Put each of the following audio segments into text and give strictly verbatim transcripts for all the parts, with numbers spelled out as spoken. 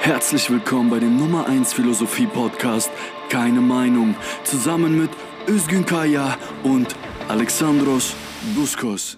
Herzlich willkommen bei dem Nummer eins Philosophie-Podcast Keine Meinung, zusammen mit Özgün Kaya und Alexandros Duskos.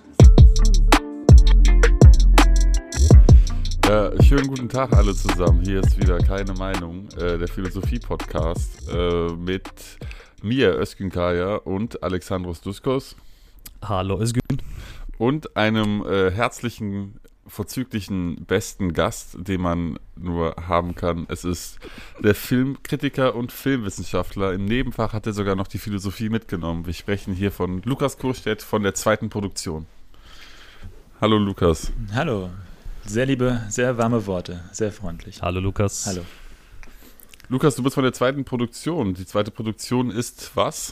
Ja, schönen guten Tag alle zusammen. Hier ist wieder Keine Meinung, äh, der Philosophie-Podcast äh, mit mir, Özgün Kaya und Alexandros Duskos. Hallo Özgün. Und einem äh, herzlichen, vorzüglichen, besten Gast, den man nur haben kann. Es ist der Filmkritiker und Filmwissenschaftler. Im Nebenfach hat er sogar noch die Philosophie mitgenommen. Wir sprechen hier von Lukas Kurstedt von der zweiten Produktion. Hallo Lukas. Hallo. Sehr liebe, sehr warme Worte, sehr freundlich. Hallo Lukas. Hallo. Lukas, du bist von der zweiten Produktion. Die zweite Produktion ist was?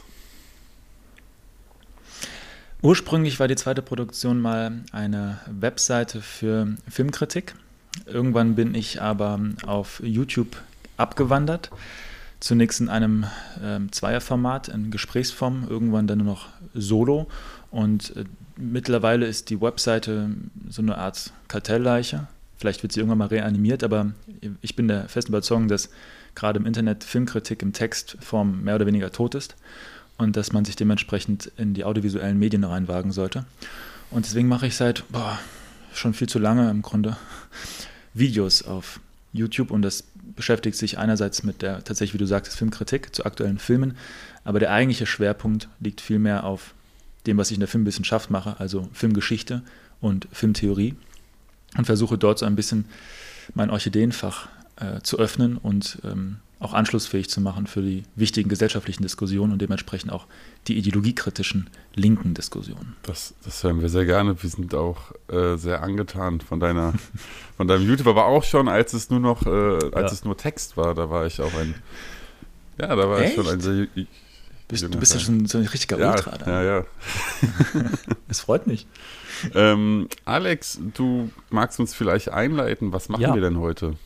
Ursprünglich war die zweite Produktion mal eine Webseite für Filmkritik. Irgendwann bin ich aber auf YouTube abgewandert. Zunächst in einem äh, Zweierformat, in Gesprächsform, irgendwann dann nur noch Solo. Und äh, mittlerweile ist die Webseite so eine Art Kartellleiche. Vielleicht wird sie irgendwann mal reanimiert, aber ich bin der festen Überzeugung, dass gerade im Internet Filmkritik im Textform mehr oder weniger tot ist und dass man sich dementsprechend in die audiovisuellen Medien reinwagen sollte. Und deswegen mache ich seit boah, schon viel zu lange im Grunde Videos auf YouTube, und das beschäftigt sich einerseits mit der, tatsächlich, wie du sagtest, Filmkritik zu aktuellen Filmen, aber der eigentliche Schwerpunkt liegt vielmehr auf dem, was ich in der Filmwissenschaft mache, also Filmgeschichte und Filmtheorie, und versuche dort so ein bisschen mein Orchideenfach äh, zu öffnen und ähm, auch anschlussfähig zu machen für die wichtigen gesellschaftlichen Diskussionen und dementsprechend auch die ideologiekritischen linken Diskussionen. Das, das hören wir sehr gerne. Wir sind auch äh, sehr angetan von deiner, von deinem YouTube, aber auch schon, als es nur noch, äh, als ja. es nur Text war, da war ich auch ein, ja, da war Echt? ich schon ein sehr, ich, Bist, du bist ja schon so ein richtiger ja, Ultra. Dann. Ja, ja. Es freut mich. ähm, Alex, du magst uns vielleicht einleiten. Was machen Ja. wir denn heute?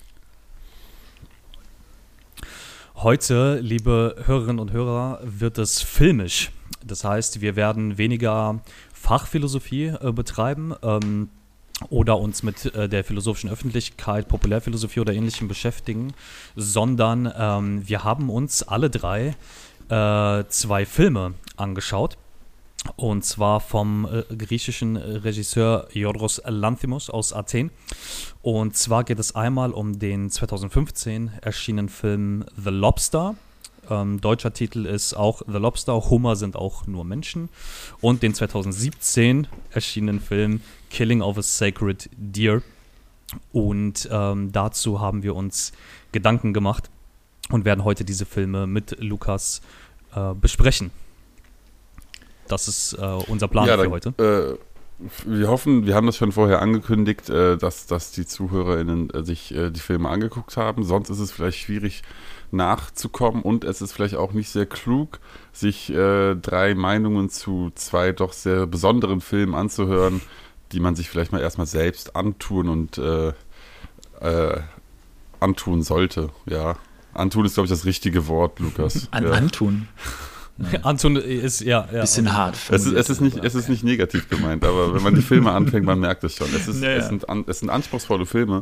Heute, liebe Hörerinnen und Hörer, wird es filmisch. Das heißt, wir werden weniger Fachphilosophie äh, betreiben ähm, oder uns mit äh, der philosophischen Öffentlichkeit, Populärphilosophie oder Ähnlichem beschäftigen, sondern ähm, wir haben uns alle drei äh, zwei Filme angeschaut. Und zwar vom äh, griechischen Regisseur Yorgos Lanthimos aus Athen. Und zwar geht es einmal um den zweitausendfünfzehn erschienenen Film The Lobster. Ähm, deutscher Titel ist auch The Lobster, Hummer sind auch nur Menschen. Und den zweitausendsiebzehn erschienenen Film Killing of a Sacred Deer. Und ähm, dazu haben wir uns Gedanken gemacht und werden heute diese Filme mit Lukas äh, besprechen. Das ist äh, unser Plan ja, für dann, heute. Äh, wir hoffen, wir haben das schon vorher angekündigt, äh, dass, dass die ZuhörerInnen äh, sich äh, die Filme angeguckt haben. Sonst ist es vielleicht schwierig nachzukommen, und es ist vielleicht auch nicht sehr klug, sich äh, drei Meinungen zu zwei doch sehr besonderen Filmen anzuhören, die man sich vielleicht mal erstmal selbst antun und äh, äh, antun sollte. Ja, antun ist, glaube ich, das richtige Wort, Lukas. An ja. Antun. Anton ist, ja, ja. Bisschen hart. Es ist, es, ist nicht, es ist nicht negativ gemeint, aber wenn man die Filme anfängt, man merkt es schon. Es, ist, Naja. es, sind, an, es sind anspruchsvolle Filme,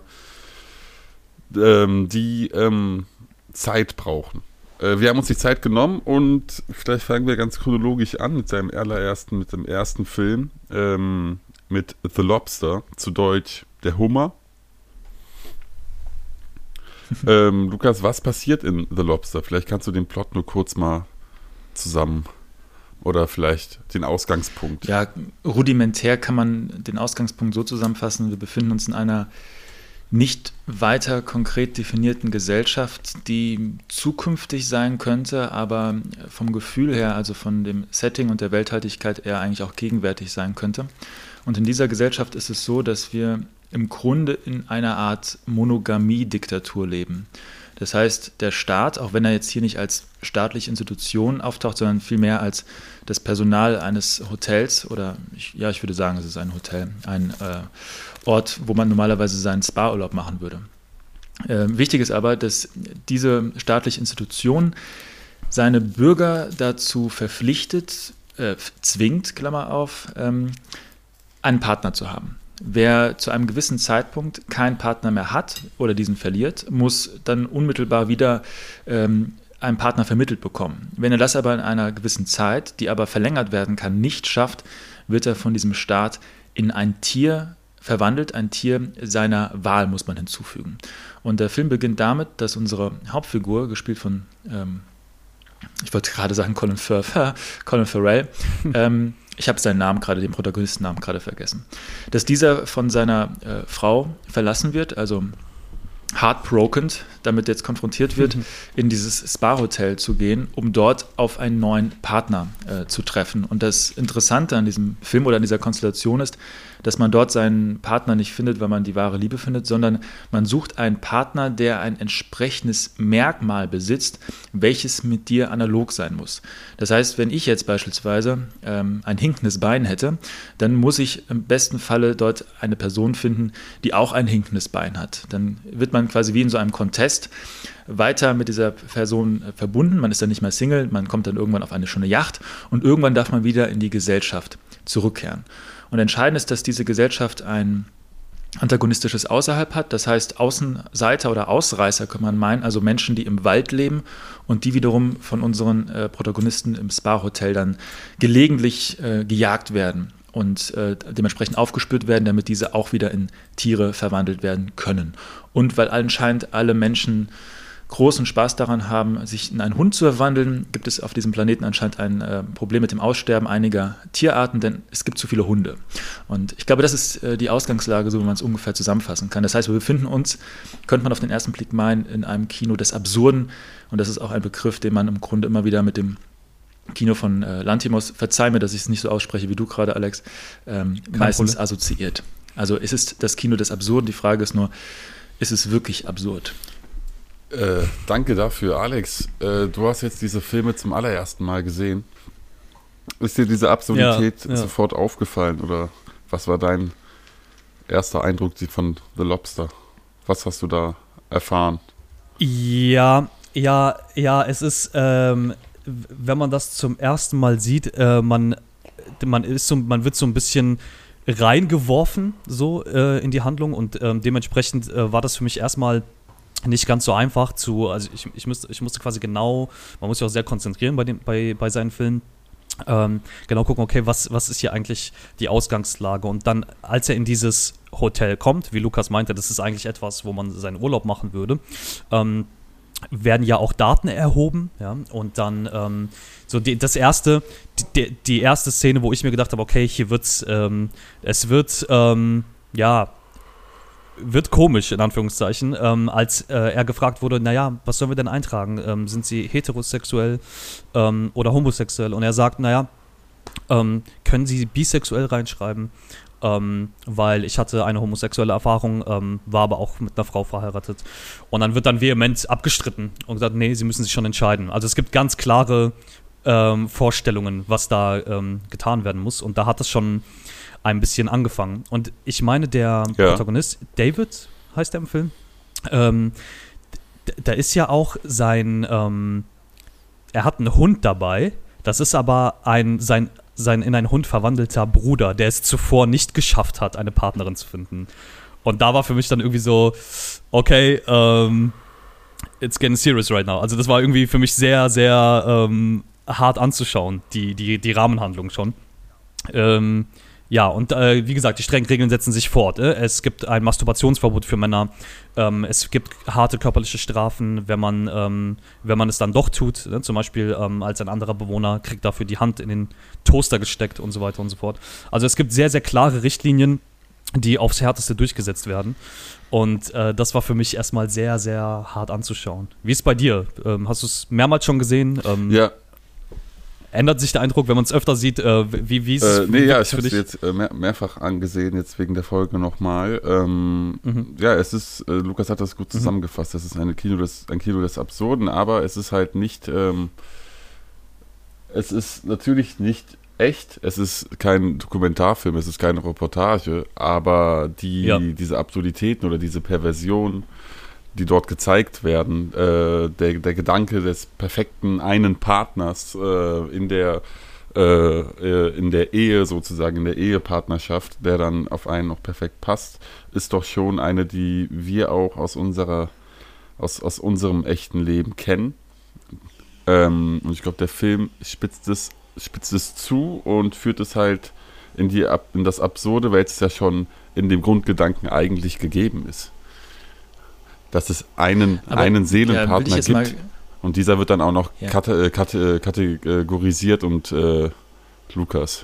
ähm, die ähm, Zeit brauchen. Äh, wir haben uns die Zeit genommen, und vielleicht fangen wir ganz chronologisch an mit seinem allerersten, mit dem ersten Film, ähm, mit The Lobster, zu Deutsch Der Hummer. ähm, Lukas, was passiert in The Lobster? Vielleicht kannst du den Plot nur kurz mal zusammen oder vielleicht den Ausgangspunkt. Ja, rudimentär kann man den Ausgangspunkt so zusammenfassen: Wir befinden uns in einer nicht weiter konkret definierten Gesellschaft, die zukünftig sein könnte, aber vom Gefühl her, also von dem Setting und der Welthaltigkeit eher eigentlich auch gegenwärtig sein könnte. Und in dieser Gesellschaft ist es so, dass wir im Grunde in einer Art Monogamie-Diktatur leben. Das heißt, der Staat, auch wenn er jetzt hier nicht als staatliche Institution auftaucht, sondern vielmehr als das Personal eines Hotels, oder ich, ja, ich würde sagen, es ist ein Hotel, ein äh, Ort, wo man normalerweise seinen Spa-Urlaub machen würde. Äh, wichtig ist aber, dass diese staatliche Institution seine Bürger dazu verpflichtet, äh, zwingt, Klammer auf, ähm, einen Partner zu haben. wer zu einem gewissen Zeitpunkt keinen Partner mehr hat oder diesen verliert, muss dann unmittelbar wieder ähm, einen Partner vermittelt bekommen. Wenn er das aber in einer gewissen Zeit, die aber verlängert werden kann, nicht schafft, wird er von diesem Staat in ein Tier verwandelt, ein Tier seiner Wahl, muss man hinzufügen. Und der Film beginnt damit, dass unsere Hauptfigur, gespielt von, ähm, ich wollte gerade sagen Colin Firth, Colin Farrell, ähm, ich habe seinen Namen gerade, den Protagonistennamen gerade vergessen, dass dieser von seiner äh, Frau verlassen wird, also heartbroken, damit jetzt konfrontiert wird, mhm. in dieses Spa-Hotel zu gehen, um dort auf einen neuen Partner äh, zu treffen. Und das Interessante an diesem Film oder an dieser Konstellation ist, dass man dort seinen Partner nicht findet, weil man die wahre Liebe findet, sondern man sucht einen Partner, der ein entsprechendes Merkmal besitzt, welches mit dir analog sein muss. Das heißt, wenn ich jetzt beispielsweise ähm, ein hinkendes Bein hätte, dann muss ich im besten Falle dort eine Person finden, die auch ein hinkendes Bein hat. Dann wird man quasi wie in so einem Contest weiter mit dieser Person verbunden. Man ist dann nicht mehr Single, man kommt dann irgendwann auf eine schöne Yacht und irgendwann darf man wieder in die Gesellschaft zurückkehren. Und entscheidend ist, dass diese Gesellschaft ein antagonistisches Außerhalb hat, das heißt Außenseiter oder Ausreißer kann man meinen, also Menschen, die im Wald leben und die wiederum von unseren äh, Protagonisten im Spa-Hotel dann gelegentlich äh, gejagt werden und äh, dementsprechend aufgespürt werden, damit diese auch wieder in Tiere verwandelt werden können. Und weil anscheinend alle Menschen großen Spaß daran haben, sich in einen Hund zu verwandeln, gibt es auf diesem Planeten anscheinend ein äh, Problem mit dem Aussterben einiger Tierarten, denn es gibt zu viele Hunde. Und ich glaube, das ist äh, die Ausgangslage, so wie man es ungefähr zusammenfassen kann. Das heißt, wir befinden uns, könnte man auf den ersten Blick meinen, in einem Kino des Absurden. Und das ist auch ein Begriff, den man im Grunde immer wieder mit dem Kino von äh, Lanthimos, verzeih mir, dass ich es nicht so ausspreche wie du gerade, Alex, ähm, meistens Problem. assoziiert. Also es ist das Kino des Absurden. Die Frage ist nur, ist es wirklich absurd? Äh, danke dafür, Alex. Äh, du hast jetzt diese Filme zum allerersten Mal gesehen. Ist dir diese Absurdität ja, ja. sofort aufgefallen oder was war dein erster Eindruck von The Lobster? Was hast du da erfahren? Ja, ja, ja, es ist, ähm, wenn man das zum ersten Mal sieht, äh, man, man ist so, man wird so ein bisschen reingeworfen so äh, in die Handlung und ähm, dementsprechend äh, war das für mich erstmal nicht ganz so einfach zu, also ich, ich, müsste, ich musste quasi genau, man muss sich auch sehr konzentrieren bei, dem, bei, bei seinen Filmen, ähm, genau gucken, okay, was, was ist hier eigentlich die Ausgangslage und dann, als er in dieses Hotel kommt, wie Lukas meinte, das ist eigentlich etwas, wo man seinen Urlaub machen würde, ähm, werden ja auch Daten erhoben, ja, und dann ähm, so die, das erste, die, die erste Szene, wo ich mir gedacht habe, okay, hier wird's, ähm, es wird, ähm, ja, wird komisch, in Anführungszeichen, ähm, als äh, er gefragt wurde, naja, was sollen wir denn eintragen? Ähm, sind sie heterosexuell ähm, oder homosexuell? Und er sagt, naja, ähm, können Sie bisexuell reinschreiben? Ähm, weil ich hatte eine homosexuelle Erfahrung, ähm, war aber auch mit einer Frau verheiratet. Und dann wird dann vehement abgestritten und gesagt, nee, Sie müssen sich schon entscheiden. Also es gibt ganz klare ähm, Vorstellungen, was da ähm, getan werden muss. Und da hat es schon ein bisschen angefangen. Und ich meine, der ja. Protagonist, David heißt er im Film, ähm, d- da ist ja auch sein, ähm, er hat einen Hund dabei, das ist aber ein, sein, sein in einen Hund verwandelter Bruder, der es zuvor nicht geschafft hat, eine Partnerin zu finden. Und da war für mich dann irgendwie so, okay, ähm, it's getting serious right now. Also das war irgendwie für mich sehr, sehr ähm, hart anzuschauen, die, die, die Rahmenhandlung schon. Ähm, Ja, und äh, wie gesagt, die strengen Regeln setzen sich fort. Äh? Es gibt ein Masturbationsverbot für Männer. Ähm, es gibt harte körperliche Strafen, wenn man, ähm, wenn man es dann doch tut. Ne? Zum Beispiel ähm, als ein anderer Bewohner kriegt dafür die Hand in den Toaster gesteckt und so weiter und so fort. Also es gibt sehr, sehr klare Richtlinien, die aufs Härteste durchgesetzt werden. Und äh, das war für mich erstmal sehr, sehr hart anzuschauen. Wie ist es bei dir? Ähm, hast du es mehrmals schon gesehen? Ähm, ja. Ändert sich der Eindruck, wenn man es öfter sieht? Äh, wie, wie ist es äh, nee, ja, ich habe es jetzt äh, mehr, mehrfach angesehen, jetzt wegen der Folge nochmal. Ähm, mhm. Ja, es ist, äh, Lukas hat das gut zusammengefasst, es ist eine Kino des, ein Kino des Absurden, aber es ist halt nicht, ähm, es ist natürlich nicht echt, es ist kein Dokumentarfilm, es ist keine Reportage, aber die, ja. diese Absurditäten oder diese Perversion, die dort gezeigt werden, äh, der, der Gedanke des perfekten einen Partners äh, in der äh, in der Ehe sozusagen, in der Ehepartnerschaft, der dann auf einen noch perfekt passt, ist doch schon eine, die wir auch aus unserer, aus, aus unserem echten Leben kennen. Ähm, und ich glaube, der Film spitzt es, spitzt es zu und führt es halt in, die, in das Absurde, weil es ja schon in dem Grundgedanken eigentlich gegeben ist. Dass es einen, Aber, einen Seelenpartner ja, gibt und dieser wird dann auch noch ja. kate, kate, kategorisiert und äh, Lukas,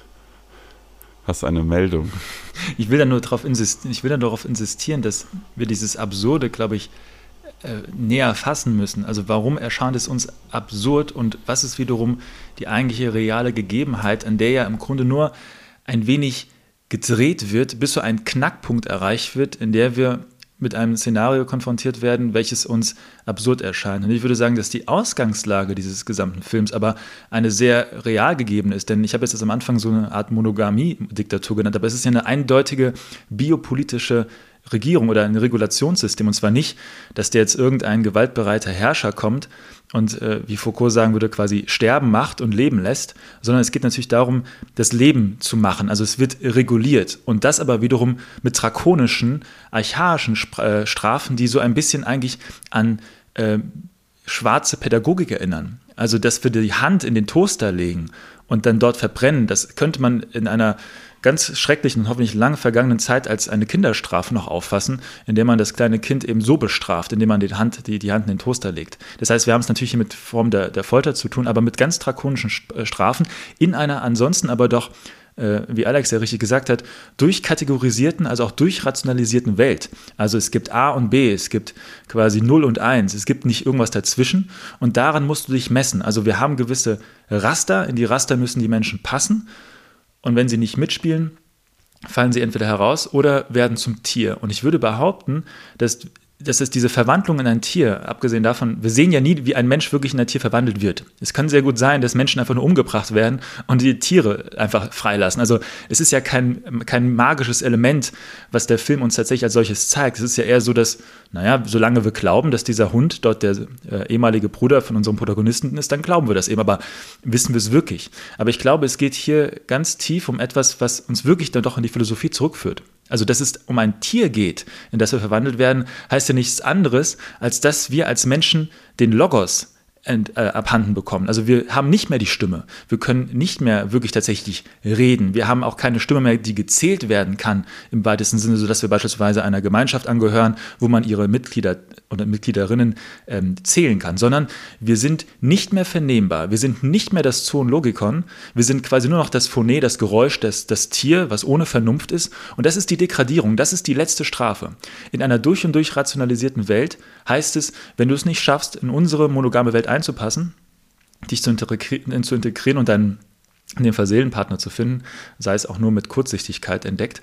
hast eine Meldung. Ich will dann nur darauf insistieren, ich will dann darauf insistieren, dass wir dieses Absurde, glaube ich, äh, näher fassen müssen. Also warum erscheint es uns absurd und was ist wiederum die eigentliche reale Gegebenheit, an der ja im Grunde nur ein wenig gedreht wird, bis so ein Knackpunkt erreicht wird, in der wir mit einem Szenario konfrontiert werden, welches uns absurd erscheint. Und ich würde sagen, dass die Ausgangslage dieses gesamten Films aber eine sehr real gegebene ist, denn ich habe jetzt das am Anfang so eine Art Monogamie-Diktatur genannt, aber es ist ja eine eindeutige biopolitische Regierung oder ein Regulationssystem, und zwar nicht, dass der jetzt irgendein gewaltbereiter Herrscher kommt und, äh, wie Foucault sagen würde, quasi sterben macht und leben lässt, sondern es geht natürlich darum, das Leben zu machen. Also es wird reguliert und das aber wiederum mit drakonischen, archaischen Sp- äh, Strafen, die so ein bisschen eigentlich an äh, schwarze Pädagogik erinnern. Also dass wir die Hand in den Toaster legen und dann dort verbrennen, das könnte man in einer ganz schrecklichen und hoffentlich lang vergangenen Zeit als eine Kinderstrafe noch auffassen, indem man das kleine Kind eben so bestraft, indem man die Hand, die, die Hand in den Toaster legt. Das heißt, wir haben es natürlich hier mit Form der, der Folter zu tun, aber mit ganz drakonischen Strafen in einer ansonsten aber doch, äh, wie Alex ja richtig gesagt hat, durchkategorisierten, also auch durchrationalisierten Welt. Also es gibt A und B, es gibt quasi null und eins, es gibt nicht irgendwas dazwischen und daran musst du dich messen. Also wir haben gewisse Raster, in die Raster müssen die Menschen passen. Und wenn sie nicht mitspielen, fallen sie entweder heraus oder werden zum Tier. Und ich würde behaupten, dass, dass es diese Verwandlung in ein Tier, abgesehen davon, wir sehen ja nie, wie ein Mensch wirklich in ein Tier verwandelt wird. Es kann sehr gut sein, dass Menschen einfach nur umgebracht werden und die Tiere einfach freilassen. Also es ist ja kein, kein magisches Element, was der Film uns tatsächlich als solches zeigt. Es ist ja eher so, dass, naja, solange wir glauben, dass dieser Hund dort der äh, ehemalige Bruder von unserem Protagonisten ist, dann glauben wir das eben, aber wissen wir es wirklich? Aber ich glaube, es geht hier ganz tief um etwas, was uns wirklich dann doch in die Philosophie zurückführt. Also, dass es um ein Tier geht, in das wir verwandelt werden, heißt ja nichts anderes, als dass wir als Menschen den Logos Ent, äh, abhanden bekommen. Also wir haben nicht mehr die Stimme. Wir können nicht mehr wirklich tatsächlich reden. Wir haben auch keine Stimme mehr, die gezählt werden kann im weitesten Sinne, sodass wir beispielsweise einer Gemeinschaft angehören, wo man ihre Mitglieder oder Mitgliederinnen ähm, zählen kann, sondern wir sind nicht mehr vernehmbar. Wir sind nicht mehr das Zoologikon. Wir sind quasi nur noch das Phoné, das Geräusch, das, das Tier, was ohne Vernunft ist. Und das ist die Degradierung. Das ist die letzte Strafe. In einer durch und durch rationalisierten Welt heißt es, wenn du es nicht schaffst, in unsere monogame Welt einzupassen, dich zu integrieren, zu integrieren und deinen, in dem Fall Seelenpartner zu finden, sei es auch nur mit Kurzsichtigkeit entdeckt,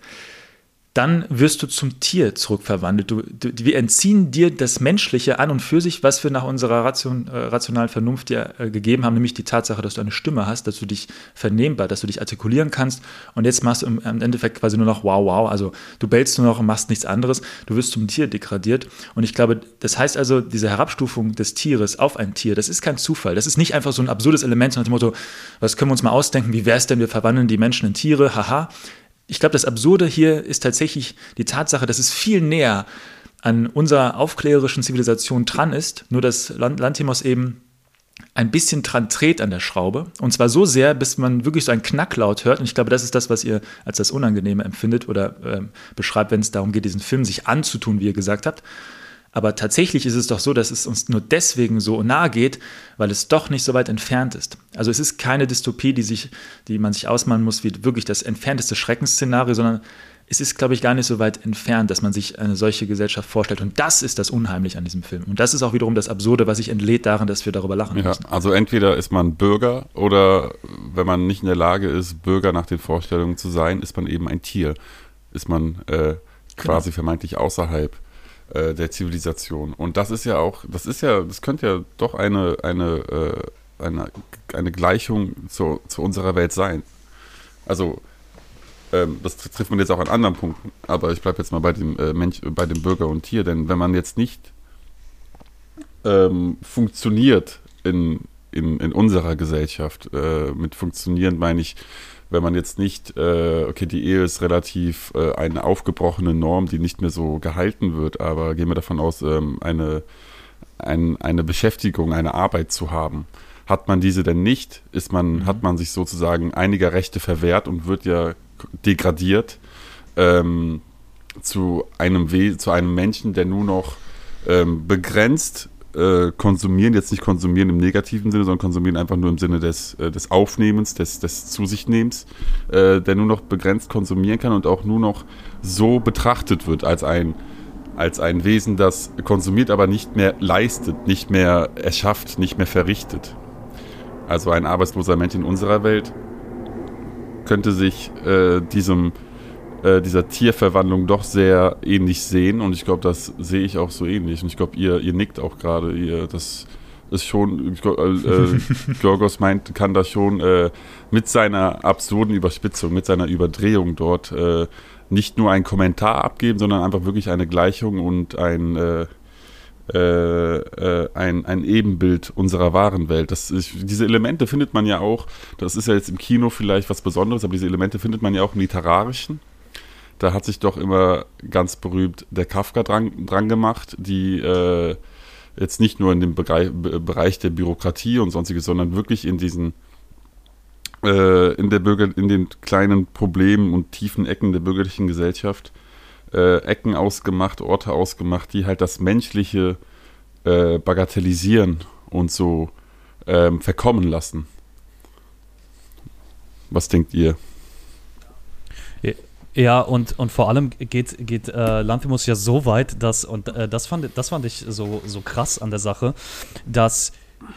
dann wirst du zum Tier zurückverwandelt. Du, du, wir entziehen dir das Menschliche an und für sich, was wir nach unserer Ration, äh, rationalen Vernunft dir äh, gegeben haben, nämlich die Tatsache, dass du eine Stimme hast, dass du dich vernehmbar, dass du dich artikulieren kannst und jetzt machst du im, im Endeffekt quasi nur noch wow, wow, also du bellst nur noch und machst nichts anderes, du wirst zum Tier degradiert und ich glaube, das heißt also, diese Herabstufung des Tieres auf ein Tier, das ist kein Zufall, das ist nicht einfach so ein absurdes Element nach dem Motto, was können wir uns mal ausdenken, wie wäre es denn, wir verwandeln die Menschen in Tiere, haha. Ich glaube, das Absurde hier ist tatsächlich die Tatsache, dass es viel näher an unserer aufklärerischen Zivilisation dran ist, nur dass Lanthimos eben ein bisschen dran dreht an der Schraube. Und zwar so sehr, bis man wirklich so einen Knacklaut hört. Und ich glaube, das ist das, was ihr als das Unangenehme empfindet oder äh, beschreibt, wenn es darum geht, diesen Film sich anzutun, wie ihr gesagt habt. Aber tatsächlich ist es doch so, dass es uns nur deswegen so nahe geht, weil es doch nicht so weit entfernt ist. Also es ist keine Dystopie, die, sich, die man sich ausmalen muss, wie wirklich das entfernteste Schreckensszenario, sondern es ist, glaube ich, gar nicht so weit entfernt, dass man sich eine solche Gesellschaft vorstellt. Und das ist das Unheimliche an diesem Film. Und das ist auch wiederum das Absurde, was sich entlädt darin, dass wir darüber lachen ja, müssen. Also entweder ist man Bürger oder wenn man nicht in der Lage ist, Bürger nach den Vorstellungen zu sein, ist man eben ein Tier. Ist man äh, quasi genau. vermeintlich außerhalb der Zivilisation. Und das ist ja auch, das ist ja, das könnte ja doch eine, eine, eine, eine Gleichung zu, zu unserer Welt sein. Also, ähm, das trifft man jetzt auch an anderen Punkten, aber ich bleibe jetzt mal bei dem äh, Mensch, bei dem Bürger und Tier, denn wenn man jetzt nicht ähm, funktioniert in, in, in unserer Gesellschaft. Äh, mit funktionierend meine ich, wenn man jetzt nicht, äh, okay, die Ehe ist relativ äh, eine aufgebrochene Norm, die nicht mehr so gehalten wird, aber gehen wir davon aus, ähm, eine, ein, eine Beschäftigung, eine Arbeit zu haben. Hat man diese denn nicht, ist man, mhm. hat man sich sozusagen einiger Rechte verwehrt und wird ja degradiert ähm, zu einem We- zu einem Menschen, der nur noch ähm, begrenzt äh, konsumieren, jetzt nicht konsumieren im negativen Sinne, sondern konsumieren einfach nur im Sinne des, äh, des Aufnehmens, des, des Zu-sich-Nehmens, äh, der nur noch begrenzt konsumieren kann und auch nur noch so betrachtet wird als ein, als ein Wesen, das konsumiert, aber nicht mehr leistet, nicht mehr erschafft, nicht mehr verrichtet. Also ein arbeitsloser Mensch in unserer Welt könnte sich äh, diesem äh, dieser Tierverwandlung doch sehr ähnlich sehen und ich glaube, das sehe ich auch so ähnlich und ich glaube, ihr, ihr nickt auch gerade, ihr, das ist schon, ich glaub, äh, Georgos meint, kann das schon äh, mit seiner absurden Überspitzung, mit seiner Überdrehung dort äh, nicht nur einen Kommentar abgeben, sondern einfach wirklich eine Gleichung und ein äh, Äh, äh, ein, ein Ebenbild unserer wahren Welt. Das ist, diese Elemente findet man ja auch, das ist ja jetzt im Kino vielleicht was Besonderes, aber diese Elemente findet man ja auch im Literarischen. Da hat sich doch immer ganz berühmt der Kafka dran, dran gemacht, die äh, jetzt nicht nur in dem Bereich, Bereich der Bürokratie und sonstiges, sondern wirklich in diesen äh, in der Bürger, in den kleinen Problemen und tiefen Ecken der bürgerlichen Gesellschaft Äh, Ecken ausgemacht, Orte ausgemacht, die halt das Menschliche äh, bagatellisieren und so ähm, verkommen lassen. Was denkt ihr? Ja, und, und vor allem geht, geht äh, Lanthimos ja so weit, dass, und äh, das, fand, das fand ich so, so krass an der Sache, dass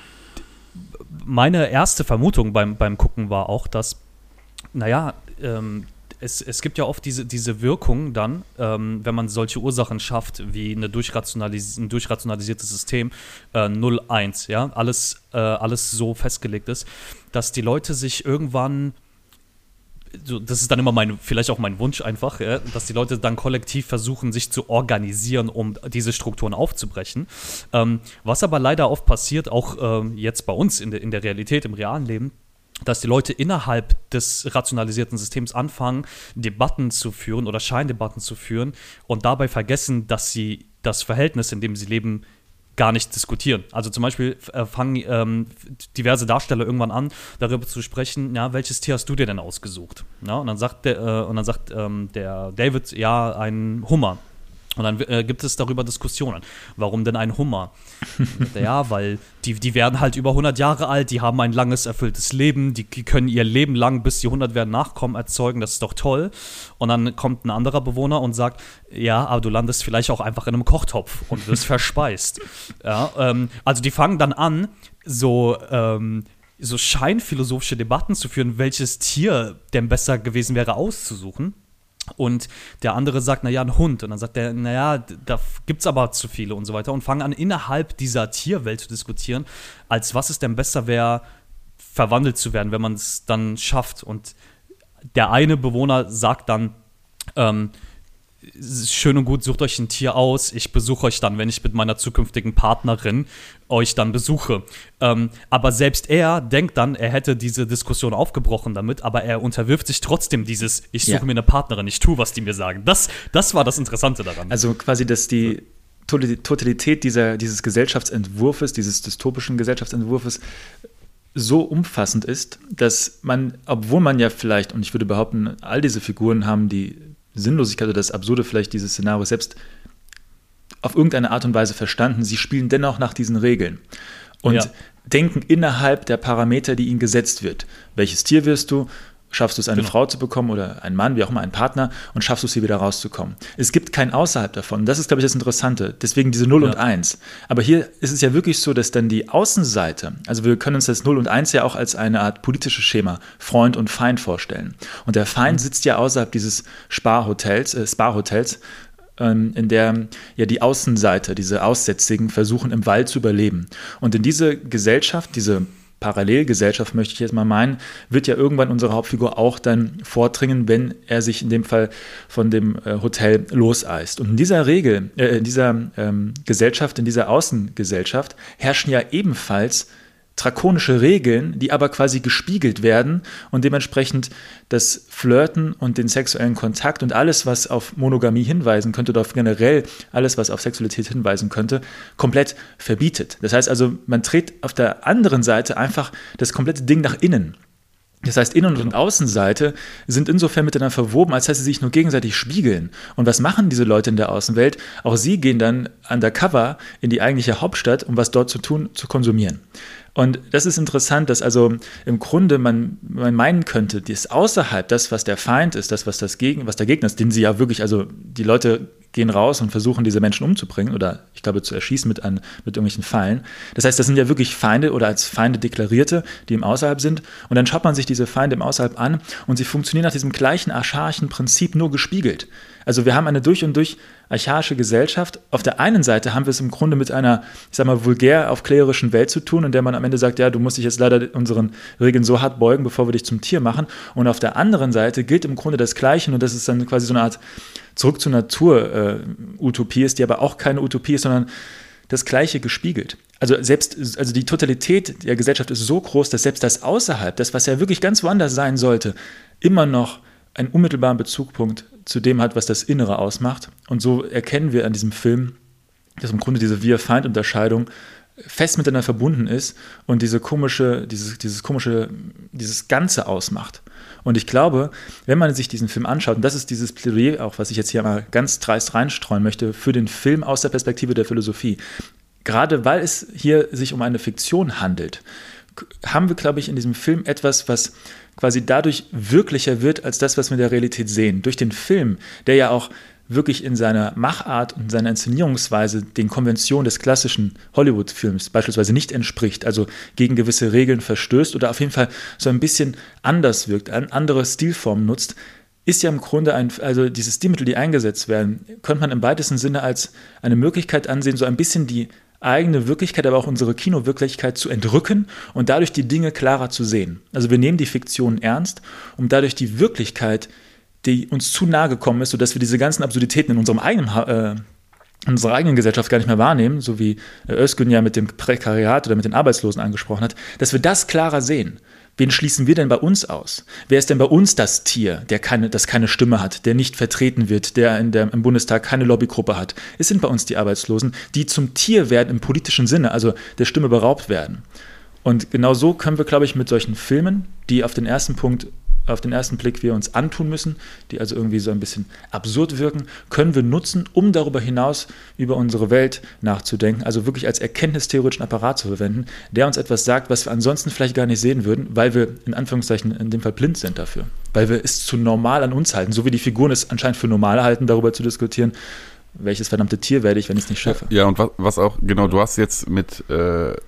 meine erste Vermutung beim, beim Gucken war auch, dass, naja, ähm, Es, es gibt ja oft diese, diese Wirkung dann, ähm, wenn man solche Ursachen schafft, wie eine durchrationalis- ein durchrationalisiertes System, äh, null eins, ja, alles, äh, alles so festgelegt ist, dass die Leute sich irgendwann, so, das ist dann immer mein, vielleicht auch mein Wunsch einfach, ja, dass die Leute dann kollektiv versuchen, sich zu organisieren, um diese Strukturen aufzubrechen. Ähm, was aber leider oft passiert, auch ähm, jetzt bei uns in der, in der Realität, im realen Leben, dass die Leute innerhalb des rationalisierten Systems anfangen, Debatten zu führen oder Scheindebatten zu führen und dabei vergessen, dass sie das Verhältnis, in dem sie leben, gar nicht diskutieren. Also zum Beispiel äh, fangen ähm, diverse Darsteller irgendwann an, darüber zu sprechen, ja, welches Tier hast du dir denn ausgesucht? Ja, und dann sagt, der, äh, und dann sagt ähm, der David, ja, ein Hummer. Und dann äh, gibt es darüber Diskussionen. Warum denn ein Hummer? Ja, weil die, die werden halt über hundert Jahre alt, die haben ein langes, erfülltes Leben, die, die können ihr Leben lang, bis sie hundert werden, Nachkommen erzeugen, das ist doch toll. Und dann kommt ein anderer Bewohner und sagt, ja, aber du landest vielleicht auch einfach in einem Kochtopf und wirst verspeist. Ja, ähm, also die fangen dann an, so, ähm, so scheinphilosophische Debatten zu führen, welches Tier denn besser gewesen wäre auszusuchen. Und der andere sagt, naja, ein Hund. Und dann sagt der, naja, da gibt's aber zu viele und so weiter. Und fangen an, innerhalb dieser Tierwelt zu diskutieren, als was es denn besser wäre, verwandelt zu werden, wenn man es dann schafft. Und der eine Bewohner sagt dann, ähm, schön und gut, sucht euch ein Tier aus, ich besuche euch dann, wenn ich mit meiner zukünftigen Partnerin euch dann besuche. Ähm, aber selbst er denkt dann, er hätte diese Diskussion aufgebrochen damit, aber er unterwirft sich trotzdem dieses, ich suche ja. mir eine Partnerin, ich tue, was die mir sagen. Das, das war das Interessante daran. Also quasi, dass die Totalität dieser, dieses Gesellschaftsentwurfs, dieses dystopischen Gesellschaftsentwurfs so umfassend ist, dass man, obwohl man ja vielleicht, und ich würde behaupten, all diese Figuren haben die Sinnlosigkeit oder das Absurde vielleicht dieses Szenarios selbst auf irgendeine Art und Weise verstanden. Sie spielen dennoch nach diesen Regeln und ja. denken innerhalb der Parameter, die ihnen gesetzt wird. Welches Tier wirst du? Schaffst du es, eine genau. Frau zu bekommen oder einen Mann, wie auch immer, einen Partner, und schaffst du es, hier wieder rauszukommen. Es gibt kein Außerhalb davon. Das ist, glaube ich, das Interessante. Deswegen diese null ja. und eins. Aber hier ist es ja wirklich so, dass dann die Außenseite, also wir können uns das null und eins ja auch als eine Art politisches Schema, Freund und Feind vorstellen. Und der Feind mhm. sitzt ja außerhalb dieses Spa-Hotels, äh, Spa-Hotels, ähm, in der ja die Außenseite, diese Aussätzigen, versuchen im Wald zu überleben. Und in diese Gesellschaft, diese Parallelgesellschaft, möchte ich jetzt mal meinen, wird ja irgendwann unsere Hauptfigur auch dann vordringen, wenn er sich in dem Fall von dem äh, Hotel loseist. Und in dieser Regel, äh, in dieser ähm, Gesellschaft, in dieser Außengesellschaft herrschen ja ebenfalls drakonische Regeln, die aber quasi gespiegelt werden und dementsprechend das Flirten und den sexuellen Kontakt und alles, was auf Monogamie hinweisen könnte oder auf generell alles, was auf Sexualität hinweisen könnte, komplett verbietet. Das heißt also, man dreht auf der anderen Seite einfach das komplette Ding nach innen. Das heißt, Innen- und Außenseite sind insofern miteinander verwoben, als dass sie sich nur gegenseitig spiegeln. Und was machen diese Leute in der Außenwelt? Auch sie gehen dann undercover in die eigentliche Hauptstadt, um was dort zu tun, zu konsumieren. Und das ist interessant, dass also im Grunde man, man meinen könnte, das außerhalb, das, was der Feind ist, das, was, das Gegen, was der Gegner ist, den sie ja wirklich, also die Leute gehen raus und versuchen, diese Menschen umzubringen oder ich glaube zu erschießen mit, an, mit irgendwelchen Pfeilen. Das heißt, das sind ja wirklich Feinde oder als Feinde deklarierte, die im Außerhalb sind. Und dann schaut man sich diese Feinde im Außerhalb an und sie funktionieren nach diesem gleichen archaischen Prinzip, nur gespiegelt. Also wir haben eine durch und durch archaische Gesellschaft. Auf der einen Seite haben wir es im Grunde mit einer, ich sag mal, vulgär aufklärerischen Welt zu tun, in der man am Ende sagt, ja, du musst dich jetzt leider unseren Regeln so hart beugen, bevor wir dich zum Tier machen. Und auf der anderen Seite gilt im Grunde das Gleiche und das ist dann quasi so eine Art Zurück zur Natur-Utopie äh, ist, die aber auch keine Utopie ist, sondern das Gleiche gespiegelt. Also selbst, also die Totalität der Gesellschaft ist so groß, dass selbst das Außerhalb, das, was ja wirklich ganz woanders sein sollte, immer noch einen unmittelbaren Bezugpunkt zu dem hat, was das Innere ausmacht. Und so erkennen wir an diesem Film, dass im Grunde diese Wir-Feind-Unterscheidung fest miteinander verbunden ist und diese komische, dieses, dieses komische, dieses Ganze ausmacht. Und ich glaube, wenn man sich diesen Film anschaut, und das ist dieses Plädoyer auch, was ich jetzt hier mal ganz dreist reinstreuen möchte, für den Film aus der Perspektive der Philosophie, gerade weil es hier sich um eine Fiktion handelt, haben wir, glaube ich, in diesem Film etwas, was quasi dadurch wirklicher wird, als das, was wir in der Realität sehen. Durch den Film, der ja auch wirklich in seiner Machart und seiner Inszenierungsweise den Konventionen des klassischen Hollywood-Films beispielsweise nicht entspricht, also gegen gewisse Regeln verstößt oder auf jeden Fall so ein bisschen anders wirkt, eine andere Stilform nutzt, ist ja im Grunde ein, also diese Stilmittel, die eingesetzt werden, könnte man im weitesten Sinne als eine Möglichkeit ansehen, so ein bisschen die eigene Wirklichkeit, aber auch unsere Kinowirklichkeit zu entrücken und dadurch die Dinge klarer zu sehen. Also wir nehmen die Fiktion ernst, um dadurch die Wirklichkeit, die uns zu nahe gekommen ist, sodass wir diese ganzen Absurditäten in unserem eigenen, äh, in unserer eigenen Gesellschaft gar nicht mehr wahrnehmen, so wie Özgün ja mit dem Prekariat oder mit den Arbeitslosen angesprochen hat, dass wir das klarer sehen. Wen schließen wir denn bei uns aus? Wer ist denn bei uns das Tier, der keine, das keine Stimme hat, der nicht vertreten wird, der, in der im Bundestag keine Lobbygruppe hat? Es sind bei uns die Arbeitslosen, die zum Tier werden im politischen Sinne, also der Stimme beraubt werden. Und genau so können wir, glaube ich, mit solchen Filmen, die auf den ersten Punkt auf den ersten Blick wir uns antun müssen, die also irgendwie so ein bisschen absurd wirken, können wir nutzen, um darüber hinaus über unsere Welt nachzudenken, also wirklich als erkenntnistheoretischen Apparat zu verwenden, der uns etwas sagt, was wir ansonsten vielleicht gar nicht sehen würden, weil wir in Anführungszeichen in dem Fall blind sind dafür, weil wir es zu normal an uns halten, so wie die Figuren es anscheinend für normal halten, darüber zu diskutieren, welches verdammte Tier werde ich, wenn ich es nicht schaffe. Ja, und was, was auch, genau, du hast jetzt mit, äh, ähm,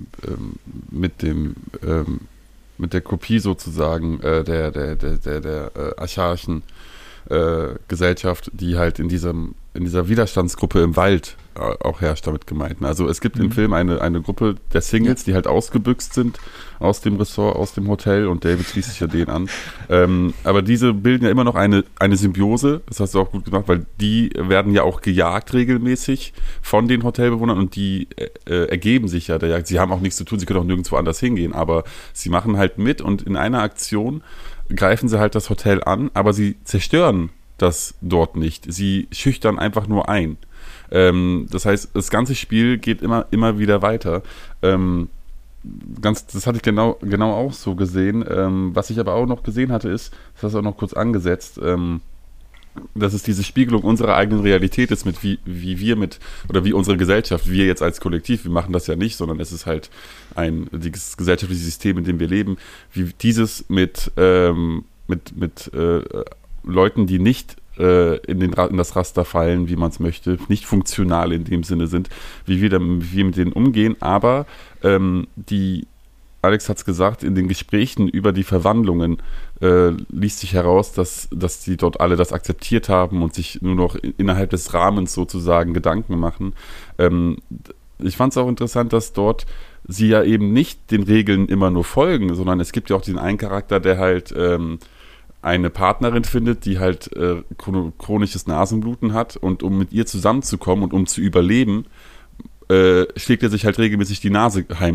mit dem ähm, mit der Kopie sozusagen äh, der, der, der, der, der äh, archaischen äh, Gesellschaft, die halt in diesem, in dieser Widerstandsgruppe im Wald äh, auch herrscht, damit gemeint. Also es gibt mhm. im Film eine, eine Gruppe der Singles, ja. die halt ausgebüxt sind aus dem Ressort, aus dem Hotel, und David schließt sich ja den an. Ähm, aber diese bilden ja immer noch eine, eine Symbiose, das hast du auch gut gemacht, weil die werden ja auch gejagt regelmäßig von den Hotelbewohnern und die äh, ergeben sich ja der Jagd. Sie haben auch nichts zu tun, sie können auch nirgendwo anders hingehen, aber sie machen halt mit und in einer Aktion greifen sie halt das Hotel an, aber sie zerstören das dort nicht. Sie schüchtern einfach nur ein. Ähm, das heißt, das ganze Spiel geht immer, immer wieder weiter. Ähm, ganz, das hatte ich genau, genau auch so gesehen. Ähm, was ich aber auch noch gesehen hatte, ist, das hast du auch noch kurz angesetzt, ähm, dass es diese Spiegelung unserer eigenen Realität ist, mit wie, wie wir mit, oder wie unsere Gesellschaft, wir jetzt als Kollektiv, wir machen das ja nicht, sondern es ist halt ein dieses gesellschaftliche System, in dem wir leben, wie dieses mit, ähm, mit, mit äh, Leuten, die nicht äh, in, den, in das Raster fallen, wie man es möchte, nicht funktional in dem Sinne sind, wie wir, dann, wie wir mit denen umgehen, aber ähm, die Alex hat es gesagt, in den Gesprächen über die Verwandlungen äh, liest sich heraus, dass, dass die dort alle das akzeptiert haben und sich nur noch innerhalb des Rahmens sozusagen Gedanken machen. Ähm, ich fand es auch interessant, dass dort sie ja eben nicht den Regeln immer nur folgen, sondern es gibt ja auch den einen Charakter, der halt ähm, eine Partnerin findet, die halt äh, chronisches Nasenbluten hat, und um mit ihr zusammenzukommen und um zu überleben, Äh, schlägt er sich halt regelmäßig die Nase heimlich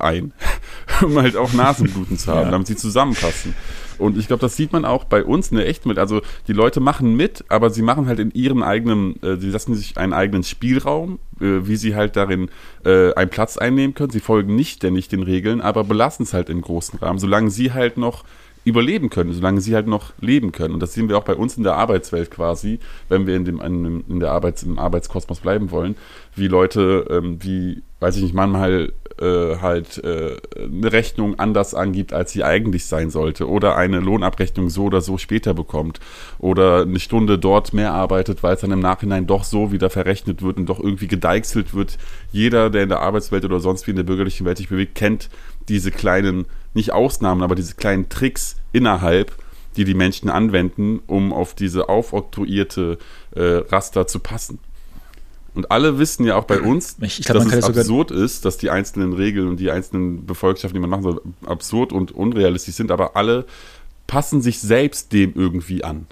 ein, um halt auch Nasenbluten zu haben, Ja. damit sie zusammenpassen. Und ich glaube, das sieht man auch bei uns ne, echt mit. Also die Leute machen mit, aber sie machen halt in ihrem eigenen, äh, sie lassen sich einen eigenen Spielraum, äh, wie sie halt darin äh, einen Platz einnehmen können. Sie folgen nicht ständig den Regeln, aber belassen es halt im großen Rahmen, solange sie halt noch überleben können, solange sie halt noch leben können. Und das sehen wir auch bei uns in der Arbeitswelt quasi, wenn wir in dem in, in der Arbeits, im Arbeitskosmos bleiben wollen, wie Leute, ähm, wie, weiß ich nicht, manchmal äh, halt äh, eine Rechnung anders angibt, als sie eigentlich sein sollte, oder eine Lohnabrechnung so oder so später bekommt, oder eine Stunde dort mehr arbeitet, weil es dann im Nachhinein doch so wieder verrechnet wird und doch irgendwie gedeichselt wird. Jeder, der in der Arbeitswelt oder sonst wie in der bürgerlichen Welt sich bewegt, kennt diese kleinen, nicht Ausnahmen, aber diese kleinen Tricks innerhalb, die die Menschen anwenden, um auf diese aufoktroyierte äh, Raster zu passen. Und alle wissen ja auch bei uns, Ich- ich glaub, man dass kann es das sogar- absurd ist, dass die einzelnen Regeln und die einzelnen Befolgschaften, die man machen soll, absurd und unrealistisch sind, aber alle passen sich selbst dem irgendwie an.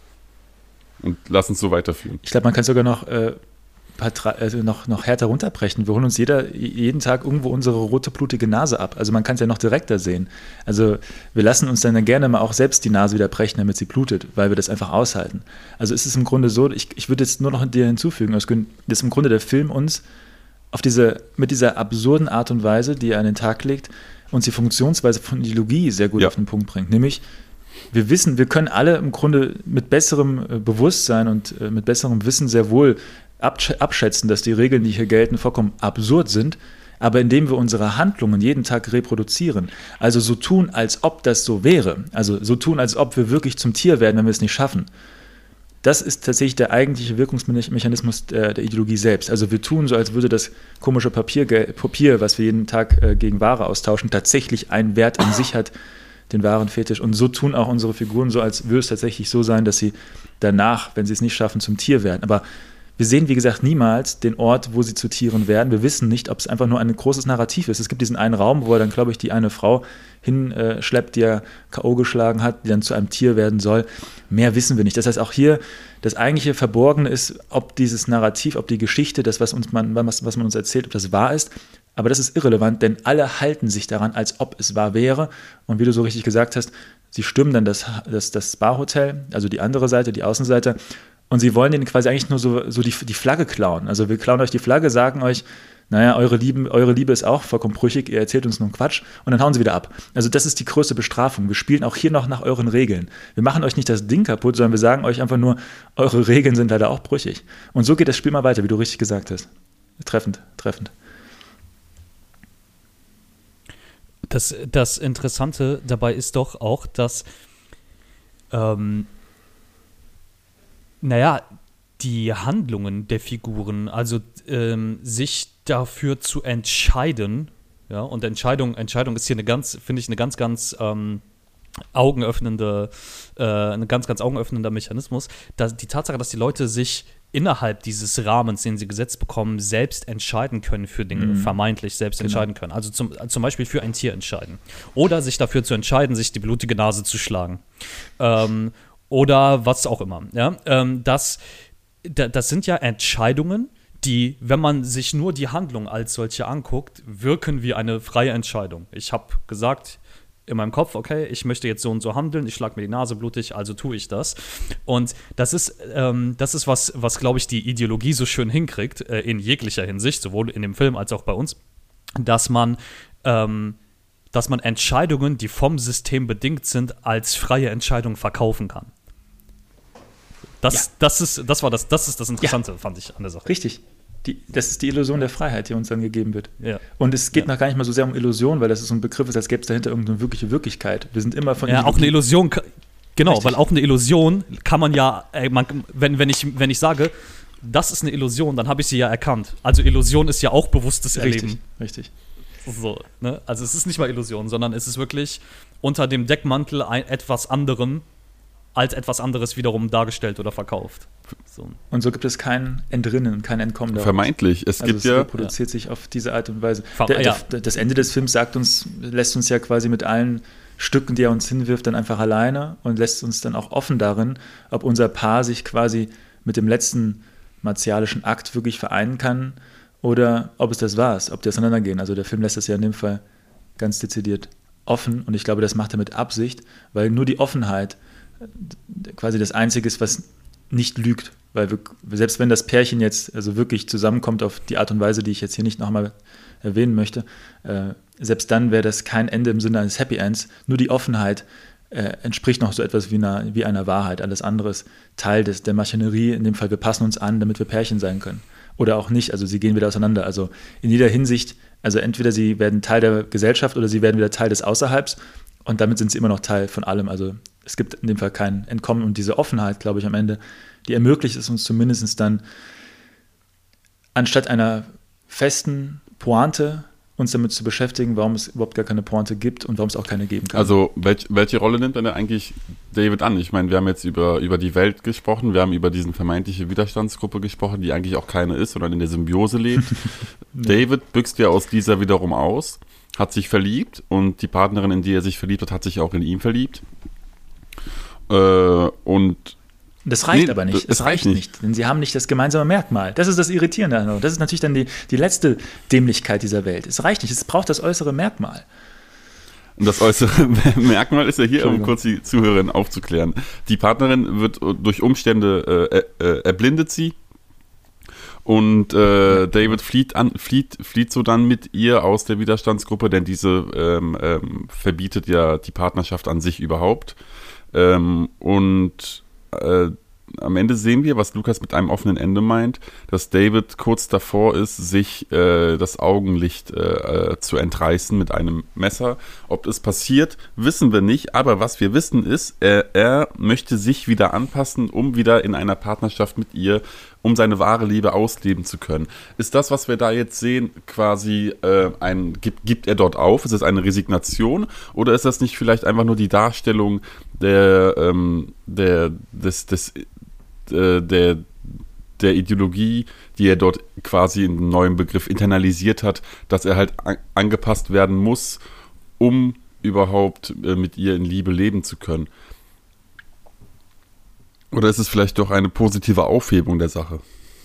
Und lassen es so weiterführen. Ich glaube, man kann sogar noch, äh, patra- also noch, noch härter runterbrechen. Wir holen uns jeder, jeden Tag irgendwo unsere rote, blutige Nase ab. Also man kann es ja noch direkter sehen. Also wir lassen uns dann gerne mal auch selbst die Nase wieder brechen, damit sie blutet, weil wir das einfach aushalten. Also ist es im Grunde so, ich, ich würde jetzt nur noch dir hinzufügen, dass im Grunde der Film uns auf diese, mit dieser absurden Art und Weise, die er an den Tag legt, uns die Funktionsweise von Ideologie sehr gut Ja. auf den Punkt bringt. Nämlich, wir wissen, wir können alle im Grunde mit besserem äh, Bewusstsein und äh, mit besserem Wissen sehr wohl absch- abschätzen, dass die Regeln, die hier gelten, vollkommen absurd sind, aber indem wir unsere Handlungen jeden Tag reproduzieren, also so tun, als ob das so wäre, also so tun, als ob wir wirklich zum Tier werden, wenn wir es nicht schaffen, das ist tatsächlich der eigentliche Wirkungsmechanismus der, der Ideologie selbst. Also wir tun so, als würde das komische Papier, Papier was wir jeden Tag äh, gegen Ware austauschen, tatsächlich einen Wert in sich hat, den wahren Fetisch. Und so tun auch unsere Figuren so, als würde es tatsächlich so sein, dass sie danach, wenn sie es nicht schaffen, zum Tier werden. Aber wir sehen, wie gesagt, niemals den Ort, wo sie zu Tieren werden. Wir wissen nicht, ob es einfach nur ein großes Narrativ ist. Es gibt diesen einen Raum, wo er dann, glaube ich, die eine Frau hinschleppt, die er K O geschlagen hat, die dann zu einem Tier werden soll. Mehr wissen wir nicht. Das heißt, auch hier das eigentliche Verborgene ist, ob dieses Narrativ, ob die Geschichte, das, was, uns man, was, was man uns erzählt, ob das wahr ist. Aber das ist irrelevant, denn alle halten sich daran, als ob es wahr wäre. Und wie du so richtig gesagt hast, sie stürmen dann das, das, das Spa-Hotel, also die andere Seite, die Außenseite, und sie wollen denen quasi eigentlich nur so, so die, die Flagge klauen. Also wir klauen euch die Flagge, sagen euch, naja, eure Liebe, eure Liebe ist auch vollkommen brüchig, ihr erzählt uns nur Quatsch und dann hauen sie wieder ab. Also das ist die größte Bestrafung. Wir spielen auch hier noch nach euren Regeln. Wir machen euch nicht das Ding kaputt, sondern wir sagen euch einfach nur, eure Regeln sind leider auch brüchig. Und so geht das Spiel mal weiter, wie du richtig gesagt hast. Treffend, treffend. Das, das Interessante dabei ist doch auch, dass ähm, naja, die Handlungen der Figuren, also ähm, sich dafür zu entscheiden, ja, und Entscheidung, Entscheidung ist hier eine ganz, finde ich, eine ganz, ganz ähm, augenöffnende, äh, ein ganz, ganz augenöffnender Mechanismus, dass die Tatsache, dass die Leute sich innerhalb dieses Rahmens, den sie gesetzt bekommen, selbst entscheiden können für Dinge, mhm. vermeintlich selbst genau. entscheiden können. Also zum, zum Beispiel für ein Tier entscheiden. Oder sich dafür zu entscheiden, sich die blutige Nase zu schlagen. Ähm, oder was auch immer. Ja? Ähm, das, das sind ja Entscheidungen, die, wenn man sich nur die Handlung als solche anguckt, wirken wie eine freie Entscheidung. Ich habe gesagt in meinem Kopf, okay, ich möchte jetzt so und so handeln, ich schlage mir die Nase blutig, also tue ich das. Und das ist, ähm, das ist was, was glaube ich, die Ideologie so schön hinkriegt, äh, in jeglicher Hinsicht, sowohl in dem Film als auch bei uns, dass man ähm, dass man Entscheidungen, die vom System bedingt sind, als freie Entscheidung verkaufen kann. Das, ja. das, ist, das, war das, das ist das Interessante, ja. fand ich an der Sache. Richtig. Die, das ist die Illusion der Freiheit, die uns dann gegeben wird. Ja. Und es geht ja. noch gar nicht mal so sehr um Illusion, weil das ist so ein Begriff ist, als gäbe es dahinter irgendeine wirkliche Wirklichkeit. Wir sind immer von Ja, auch eine Illusion, genau, Richtig. Weil auch eine Illusion kann man ja, ey, man, wenn, wenn, ich, wenn ich sage, das ist eine Illusion, dann habe ich sie ja erkannt. Also Illusion ist ja auch bewusstes Erleben. Richtig, richtig. So, ne? Also es ist nicht mal Illusion, sondern es ist wirklich unter dem Deckmantel ein, etwas anderem als etwas anderes wiederum dargestellt oder verkauft. So. Und so gibt es kein Entrinnen, kein Entkommen daraus. Vermeintlich. Es also gibt es ja reproduziert ja. sich auf diese Art und Weise. Ver- der, ja. der, das Ende des Films sagt uns, lässt uns ja quasi mit allen Stücken, die er uns hinwirft, dann einfach alleine und lässt uns dann auch offen darin, ob unser Paar sich quasi mit dem letzten martialischen Akt wirklich vereinen kann oder ob es das war, ob die auseinandergehen. Also der Film lässt das ja in dem Fall ganz dezidiert offen und ich glaube, das macht er mit Absicht, weil nur die Offenheit quasi das Einzige ist, was nicht lügt. Weil wir, selbst wenn das Pärchen jetzt also wirklich zusammenkommt auf die Art und Weise, die ich jetzt hier nicht nochmal erwähnen möchte, äh, selbst dann wäre das kein Ende im Sinne eines Happy Ends. Nur die Offenheit äh, entspricht noch so etwas wie einer, wie einer Wahrheit. Alles andere ist Teil des, der Maschinerie. In dem Fall, wir passen uns an, damit wir Pärchen sein können. Oder auch nicht, also sie gehen wieder auseinander. Also in jeder Hinsicht, also entweder sie werden Teil der Gesellschaft oder sie werden wieder Teil des Außerhalbs und damit sind sie immer noch Teil von allem. Also es gibt in dem Fall kein Entkommen und diese Offenheit, glaube ich, am Ende, die ermöglicht es uns zumindest dann, anstatt einer festen Pointe uns damit zu beschäftigen, warum es überhaupt gar keine Pointe gibt und warum es auch keine geben kann. Also welch, welche Rolle nimmt denn eigentlich David an? Ich meine, wir haben jetzt über, über die Welt gesprochen, wir haben über diese vermeintliche Widerstandsgruppe gesprochen, die eigentlich auch keine ist, sondern in der Symbiose lebt. David büchst ja aus dieser wiederum aus, hat sich verliebt und die Partnerin, in die er sich verliebt hat, hat sich auch in ihn verliebt. Äh, und Das reicht nee, aber nicht. Es reicht nicht. nicht. Denn sie haben nicht das gemeinsame Merkmal. Das ist das Irritierende. Das ist natürlich dann die, die letzte Dämlichkeit dieser Welt. Es reicht nicht. Es braucht das äußere Merkmal. Und das äußere Merkmal ist ja hier, um kurz die Zuhörerin aufzuklären. Die Partnerin wird durch Umstände, äh, äh, erblindet sie. Und äh, David flieht, an, flieht, flieht so dann mit ihr aus der Widerstandsgruppe, denn diese ähm, ähm, verbietet ja die Partnerschaft an sich überhaupt. Ähm, und Äh, am Ende sehen wir, was Lukas mit einem offenen Ende meint, dass David kurz davor ist, sich äh, das Augenlicht äh, zu entreißen mit einem Messer. Ob das passiert, wissen wir nicht, aber was wir wissen ist, er, er möchte sich wieder anpassen, um wieder in einer Partnerschaft mit ihr, um seine wahre Liebe ausleben zu können. Ist das, was wir da jetzt sehen, quasi äh, ein, gibt, gibt er dort auf? Ist es eine Resignation oder ist das nicht vielleicht einfach nur die Darstellung der, ähm, der, des, des, äh, der, der Ideologie, die er dort quasi in einem neuen Begriff internalisiert hat, dass er halt an, angepasst werden muss, um überhaupt äh, mit ihr in Liebe leben zu können? Oder ist es vielleicht doch eine positive Aufhebung der Sache?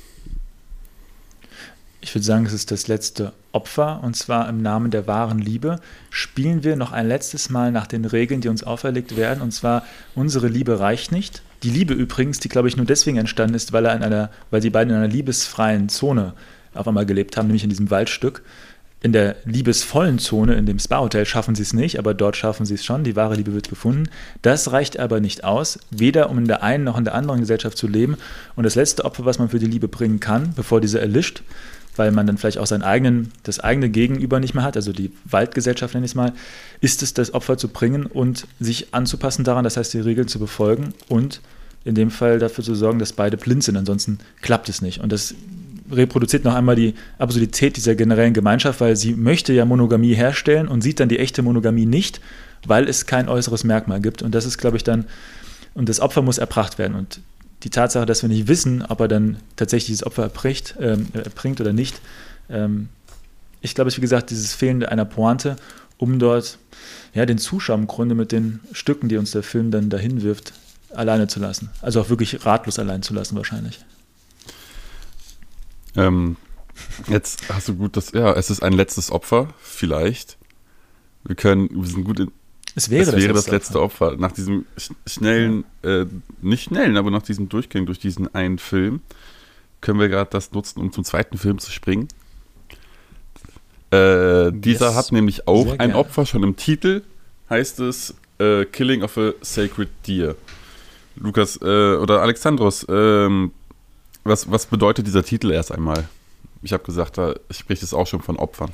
Ich würde sagen, es ist das letzte Opfer, und zwar im Namen der wahren Liebe spielen wir noch ein letztes Mal nach den Regeln, die uns auferlegt werden, und zwar, unsere Liebe reicht nicht. Die Liebe übrigens, die, glaube ich, nur deswegen entstanden ist, weil, er in einer, weil die beiden in einer liebesfreien Zone auf einmal gelebt haben, nämlich in diesem Waldstück. In der liebesvollen Zone, in dem Spa-Hotel, schaffen sie es nicht, aber dort schaffen sie es schon. Die wahre Liebe wird gefunden. Das reicht aber nicht aus, weder um in der einen noch in der anderen Gesellschaft zu leben. Und das letzte Opfer, was man für die Liebe bringen kann, bevor diese erlischt, weil man dann vielleicht auch seinen eigenen, das eigene Gegenüber nicht mehr hat, also die Waldgesellschaft nenne ich es mal, ist es, das Opfer zu bringen und sich anzupassen daran, das heißt, die Regeln zu befolgen und in dem Fall dafür zu sorgen, dass beide blind sind, ansonsten klappt es nicht. Und das reproduziert noch einmal die Absurdität dieser generellen Gemeinschaft, weil sie möchte ja Monogamie herstellen und sieht dann die echte Monogamie nicht, weil es kein äußeres Merkmal gibt. Und das ist, glaube ich, dann, und das Opfer muss erbracht werden. Und die Tatsache, dass wir nicht wissen, ob er dann tatsächlich dieses Opfer erbricht, ähm, erbringt oder nicht, ähm, ich glaube, es ist, wie gesagt, dieses Fehlende einer Pointe, um dort ja, den Zuschauer im Grunde mit den Stücken, die uns der Film dann dahin wirft, alleine zu lassen. Also auch wirklich ratlos allein zu lassen wahrscheinlich. Ähm, jetzt hast du gut das, ja, es ist ein letztes Opfer, vielleicht. Wir können, wir sind gut in, es wäre, es das, wäre letzte das letzte Opfer. Opfer. Nach diesem schnellen, ja. äh, nicht schnellen, aber nach diesem Durchgang durch diesen einen Film, können wir gerade das nutzen, um zum zweiten Film zu springen. Äh, dieser yes. hat nämlich auch Sehr ein gerne. Opfer, schon im Titel heißt es äh, Killing of a Sacred Deer. Lukas, äh, oder Alexandros, ähm, Was, was bedeutet dieser Titel erst einmal? Ich habe gesagt, da spricht es auch schon von Opfern.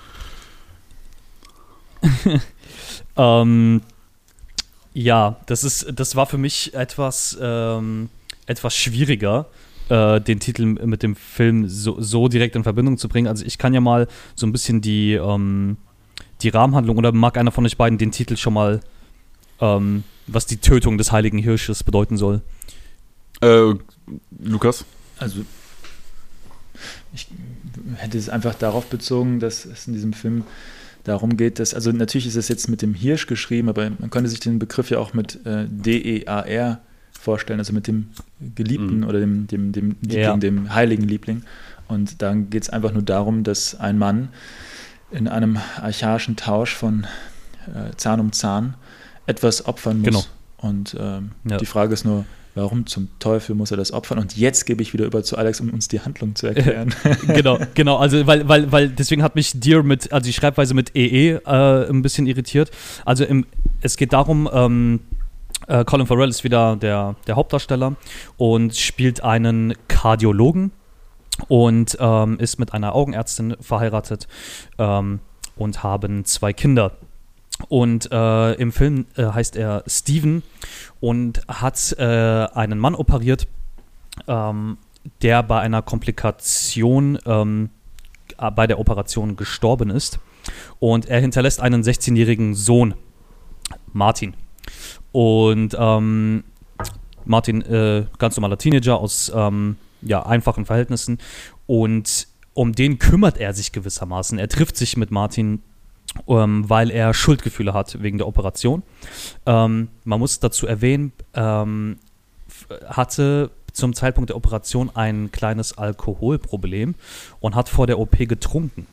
ähm, ja, das ist, das war für mich etwas, ähm, etwas schwieriger, äh, den Titel mit dem Film so, so direkt in Verbindung zu bringen. Also ich kann ja mal so ein bisschen die, ähm, die Rahmenhandlung, oder mag einer von euch beiden den Titel schon mal, ähm, was die Tötung des heiligen Hirsches bedeuten soll? Äh, Lukas? Also ich hätte es einfach darauf bezogen, dass es in diesem Film darum geht, dass, also natürlich ist es jetzt mit dem Hirsch geschrieben, aber man könnte sich den Begriff ja auch mit äh, D E A R vorstellen, also mit dem Geliebten mhm. oder dem, dem, dem Liebling, ja. dem heiligen Liebling. Und dann geht es einfach nur darum, dass ein Mann in einem archaischen Tausch von äh, Zahn um Zahn etwas opfern muss. Genau. Und ähm, ja. die Frage ist nur, warum zum Teufel muss er das opfern? Und jetzt gebe ich wieder über zu Alex, um uns die Handlung zu erklären. genau, genau. Also weil, weil, weil deswegen hat mich Dear mit, also die Schreibweise mit E E äh, ein bisschen irritiert. Also im, es geht darum, ähm, äh, Colin Farrell ist wieder der, der Hauptdarsteller und spielt einen Kardiologen und ähm, ist mit einer Augenärztin verheiratet ähm, und haben zwei Kinder. Und äh, im Film äh, heißt er Steven und hat äh, einen Mann operiert, ähm, der bei einer Komplikation ähm, bei der Operation gestorben ist. Und er hinterlässt einen sechzehnjährigen Sohn, Martin. Und ähm, Martin, äh, ganz normaler Teenager aus ähm, ja, einfachen Verhältnissen. Und um den kümmert er sich gewissermaßen. Er trifft sich mit Martin, Ähm, weil er Schuldgefühle hat wegen der Operation. Ähm, man muss dazu erwähnen, ähm, f- hatte zum Zeitpunkt der Operation ein kleines Alkoholproblem und hat vor der O P getrunken.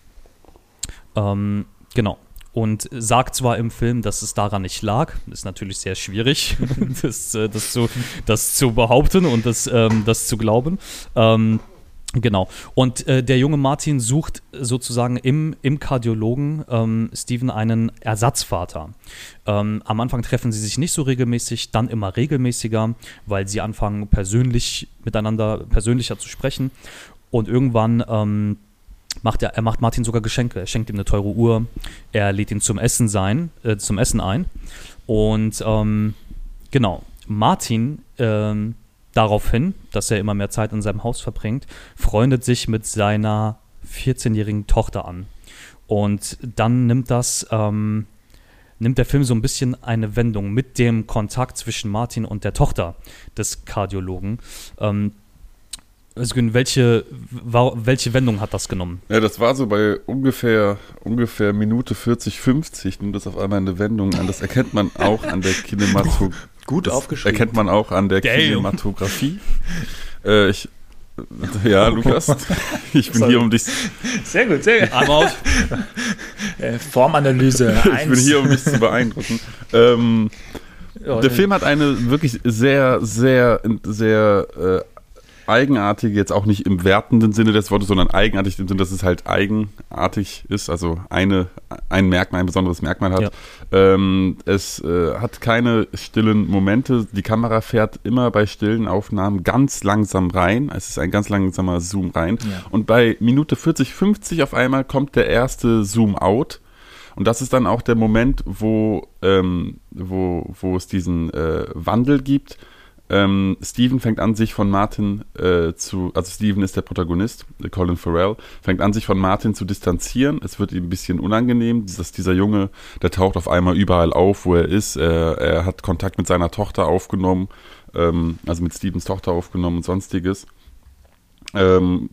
Ähm, genau. Und sagt zwar im Film, dass es daran nicht lag, ist natürlich sehr schwierig, das, äh, das, zu, das zu behaupten und das, ähm, das zu glauben. Ähm, Genau. Und äh, der junge Martin sucht sozusagen im, im Kardiologen ähm, Steven einen Ersatzvater. Ähm, am Anfang treffen sie sich nicht so regelmäßig, dann immer regelmäßiger, weil sie anfangen persönlich miteinander persönlicher zu sprechen. Und irgendwann ähm, macht er, er macht Martin sogar Geschenke. Er schenkt ihm eine teure Uhr, er lädt ihn zum Essen sein, äh, zum Essen ein. Und ähm, genau, Martin ähm, daraufhin, dass er immer mehr Zeit in seinem Haus verbringt, freundet sich mit seiner vierzehnjährigen Tochter an. Und dann nimmt das, ähm, nimmt der Film so ein bisschen eine Wendung mit dem Kontakt zwischen Martin und der Tochter des Kardiologen. Ähm, welche, welche Wendung hat das genommen? Ja, das war so bei ungefähr, ungefähr Minute vierzig, fünfzig, nimmt das auf einmal eine Wendung an. Das erkennt man auch an der Kinematografie. Gut das aufgeschrieben. Erkennt man auch an der Damn. Kinematografie. Äh, ich, ja, Lukas, ich bin hier, um dich... Sehr gut, sehr gut. I'm out. Äh, Formanalyse ich bin hier, um dich zu beeindrucken. Ähm, Ja, der Film hat eine wirklich sehr, sehr, sehr äh, eigenartige, jetzt auch nicht im wertenden Sinne des Wortes, sondern eigenartig im Sinne, dass es halt eigenartig ist, also eine, ein Merkmal, ein besonderes Merkmal hat. Ja. Ähm, es äh, hat keine stillen Momente. Die Kamera fährt immer bei stillen Aufnahmen ganz langsam rein. Es ist ein ganz langsamer Zoom rein. Ja. Und bei Minute vierzig, fünfzig auf einmal kommt der erste Zoom-out. Und das ist dann auch der Moment, wo, ähm, wo, wo es diesen äh, Wandel gibt. Ähm, Steven fängt an, sich von Martin äh, zu, also Steven ist der Protagonist, äh, Colin Farrell, fängt an, sich von Martin zu distanzieren. Es wird ihm ein bisschen unangenehm, dass dieser Junge, der taucht auf einmal überall auf, wo er ist. Er, er hat Kontakt mit seiner Tochter aufgenommen, ähm, also mit Stevens Tochter aufgenommen und sonstiges. Ähm,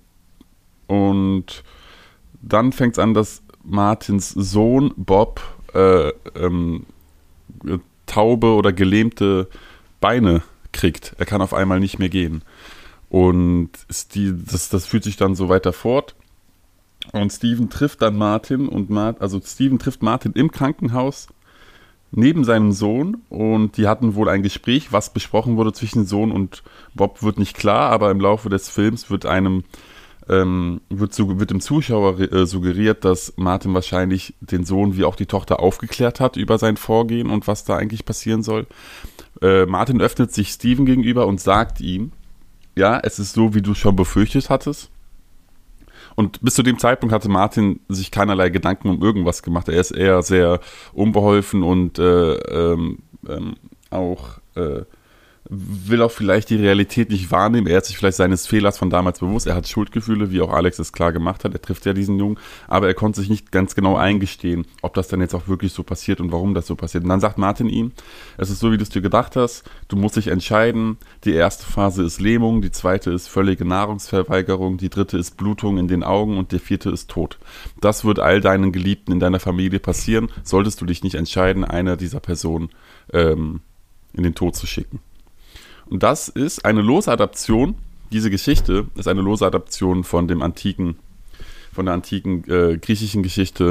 und dann fängt es an, dass Martins Sohn Bob äh, ähm, taube oder gelähmte Beine kriegt. Er kann auf einmal nicht mehr gehen. Und Steve, das, das fühlt sich dann so weiter fort. Und Steven trifft dann Martin und Mar- also Steven trifft Martin im Krankenhaus neben seinem Sohn und die hatten wohl ein Gespräch, was besprochen wurde zwischen Sohn und Bob, wird nicht klar, aber im Laufe des Films wird einem ähm, wird, so, wird dem Zuschauer äh, suggeriert, dass Martin wahrscheinlich den Sohn wie auch die Tochter aufgeklärt hat über sein Vorgehen und was da eigentlich passieren soll. Äh, Martin öffnet sich Steven gegenüber und sagt ihm, ja, es ist so, wie du schon befürchtet hattest. Und bis zu dem Zeitpunkt hatte Martin sich keinerlei Gedanken um irgendwas gemacht. Er ist eher sehr unbeholfen und äh, ähm, ähm, auch äh, will auch vielleicht die Realität nicht wahrnehmen. Er hat sich vielleicht seines Fehlers von damals bewusst. Er hat Schuldgefühle, wie auch Alex es klar gemacht hat. Er trifft ja diesen Jungen, aber er konnte sich nicht ganz genau eingestehen, ob das dann jetzt auch wirklich so passiert und warum das so passiert. Und dann sagt Martin ihm, es ist so, wie du es dir gedacht hast. Du musst dich entscheiden. Die erste Phase ist Lähmung, die zweite ist völlige Nahrungsverweigerung, die dritte ist Blutung in den Augen und die vierte ist Tod. Das wird all deinen Geliebten in deiner Familie passieren, solltest du dich nicht entscheiden, eine dieser Personen ähm, in den Tod zu schicken. Und das ist eine Losadaption, diese Geschichte ist eine Losadaption von dem antiken, von der antiken äh, griechischen Geschichte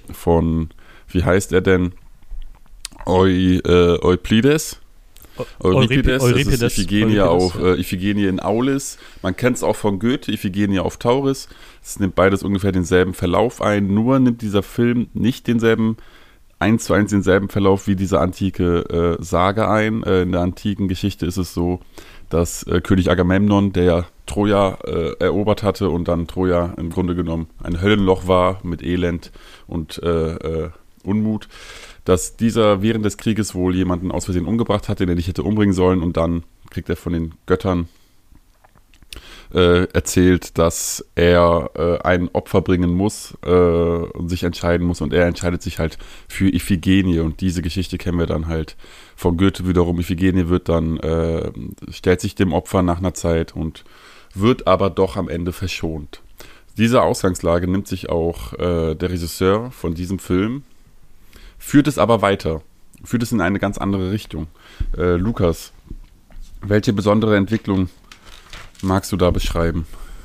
von, wie heißt er denn? Eu, äh, Euklides. Euripides, Euripides, das ist Iphigenie Euripides, auf ja. äh, Iphigenie in Aulis. Man kennt es auch von Goethe, Iphigenie auf Tauris. Es nimmt beides ungefähr denselben Verlauf ein, nur nimmt dieser Film nicht denselben, eins zu eins denselben Verlauf wie diese antike äh, Sage ein. Äh, in der antiken Geschichte ist es so, dass äh, König Agamemnon, der ja Troja äh, erobert hatte und dann Troja im Grunde genommen ein Höllenloch war mit Elend und äh, äh, Unmut, dass dieser während des Krieges wohl jemanden aus Versehen umgebracht hat, den er nicht hätte umbringen sollen, und dann kriegt er von den Göttern äh, erzählt, dass er äh, ein Opfer bringen muss äh, und sich entscheiden muss, und er entscheidet sich halt für Iphigenie, und diese Geschichte kennen wir dann halt von Goethe wiederum. Iphigenie wird dann, äh, stellt sich dem Opfer nach einer Zeit und wird aber doch am Ende verschont. Diese Ausgangslage nimmt sich auch äh, der Regisseur von diesem Film, führt es aber weiter, führt es in eine ganz andere Richtung. Äh, Lukas, welche besondere Entwicklung magst du da beschreiben?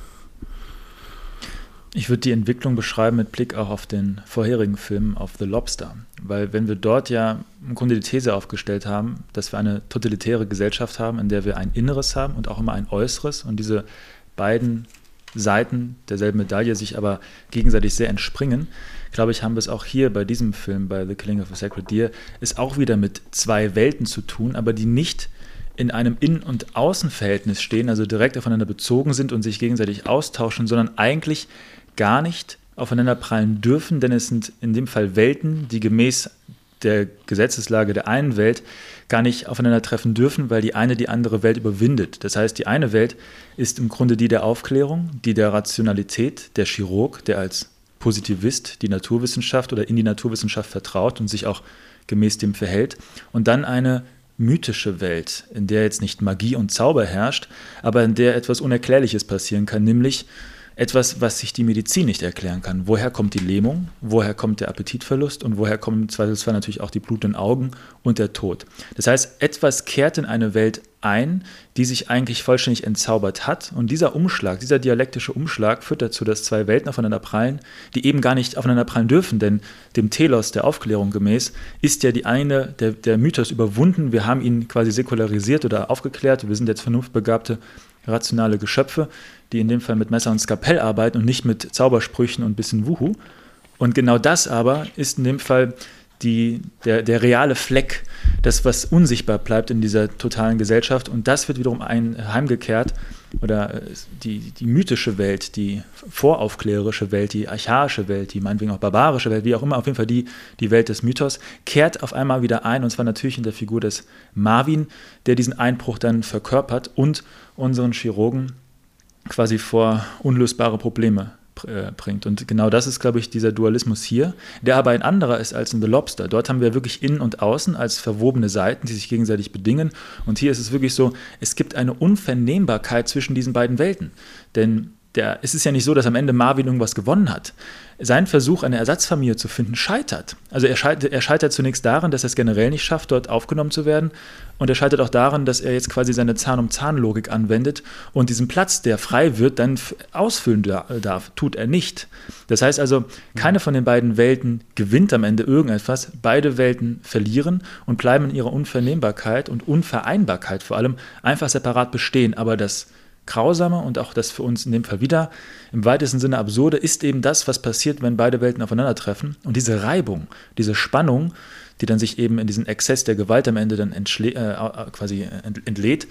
Ich würde die Entwicklung beschreiben mit Blick auch auf den vorherigen Film, auf The Lobster. Weil wenn wir dort ja im Grunde die These aufgestellt haben, dass wir eine totalitäre Gesellschaft haben, in der wir ein Inneres haben und auch immer ein Äußeres, und diese beiden Seiten derselben Medaille sich aber gegenseitig sehr entspringen, glaube ich, haben wir es auch hier bei diesem Film, bei The Killing of a Sacred Deer, ist auch wieder mit zwei Welten zu tun, aber die nicht in einem Innen- und Außenverhältnis stehen, also direkt aufeinander bezogen sind und sich gegenseitig austauschen, sondern eigentlich gar nicht aufeinander prallen dürfen, denn es sind in dem Fall Welten, die gemäß der Gesetzeslage der einen Welt gar nicht aufeinandertreffen dürfen, weil die eine die andere Welt überwindet. Das heißt, die eine Welt ist im Grunde die der Aufklärung, die der Rationalität, der Chirurg, der als Positivist die Naturwissenschaft oder in die Naturwissenschaft vertraut und sich auch gemäß dem verhält. Und dann eine mythische Welt, in der jetzt nicht Magie und Zauber herrscht, aber in der etwas Unerklärliches passieren kann, nämlich etwas, was sich die Medizin nicht erklären kann. Woher kommt die Lähmung, woher kommt der Appetitverlust und woher kommen im Zweifelsfall natürlich auch die blutenden Augen und der Tod. Das heißt, etwas kehrt in eine Welt ein, die sich eigentlich vollständig entzaubert hat, und dieser Umschlag, dieser dialektische Umschlag führt dazu, dass zwei Welten aufeinander prallen, die eben gar nicht aufeinander prallen dürfen, denn dem Telos der Aufklärung gemäß ist ja die eine, der, der Mythos überwunden, wir haben ihn quasi säkularisiert oder aufgeklärt, wir sind jetzt vernunftbegabte, rationale Geschöpfe, die in dem Fall mit Messer und Skalpell arbeiten und nicht mit Zaubersprüchen und ein bisschen Wuhu. Und genau das aber ist in dem Fall die, der, der reale Fleck, das, was unsichtbar bleibt in dieser totalen Gesellschaft. Und das wird wiederum ein, heimgekehrt, oder die, die mythische Welt, die voraufklärerische Welt, die archaische Welt, die meinetwegen auch barbarische Welt, wie auch immer, auf jeden Fall die, die Welt des Mythos, kehrt auf einmal wieder ein, und zwar natürlich in der Figur des Marvin, der diesen Einbruch dann verkörpert und unseren Chirurgen quasi vor unlösbare Probleme bringt. Und genau das ist, glaube ich, dieser Dualismus hier, der aber ein anderer ist als in The Lobster. Dort haben wir wirklich Innen und Außen als verwobene Seiten, die sich gegenseitig bedingen. Und hier ist es wirklich so, es gibt eine Unvernehmbarkeit zwischen diesen beiden Welten. Denn der, es ist ja nicht so, dass am Ende Marvin irgendwas gewonnen hat. Sein Versuch, eine Ersatzfamilie zu finden, scheitert. Also er scheitert, er scheitert zunächst daran, dass er es generell nicht schafft, dort aufgenommen zu werden. Und er scheitert auch daran, dass er jetzt quasi seine Zahn-um-Zahn-Logik anwendet und diesen Platz, der frei wird, dann ausfüllen darf. Tut er nicht. Das heißt also, keine von den beiden Welten gewinnt am Ende irgendetwas. Beide Welten verlieren und bleiben in ihrer Unvernehmbarkeit und Unvereinbarkeit vor allem einfach separat bestehen. Aber das Grausame und auch das für uns in dem Fall wieder im weitesten Sinne Absurde ist eben das, was passiert, wenn beide Welten aufeinandertreffen. Und diese Reibung, diese Spannung, die dann sich eben in diesen Exzess der Gewalt am Ende dann entschlä- äh, quasi entlädt,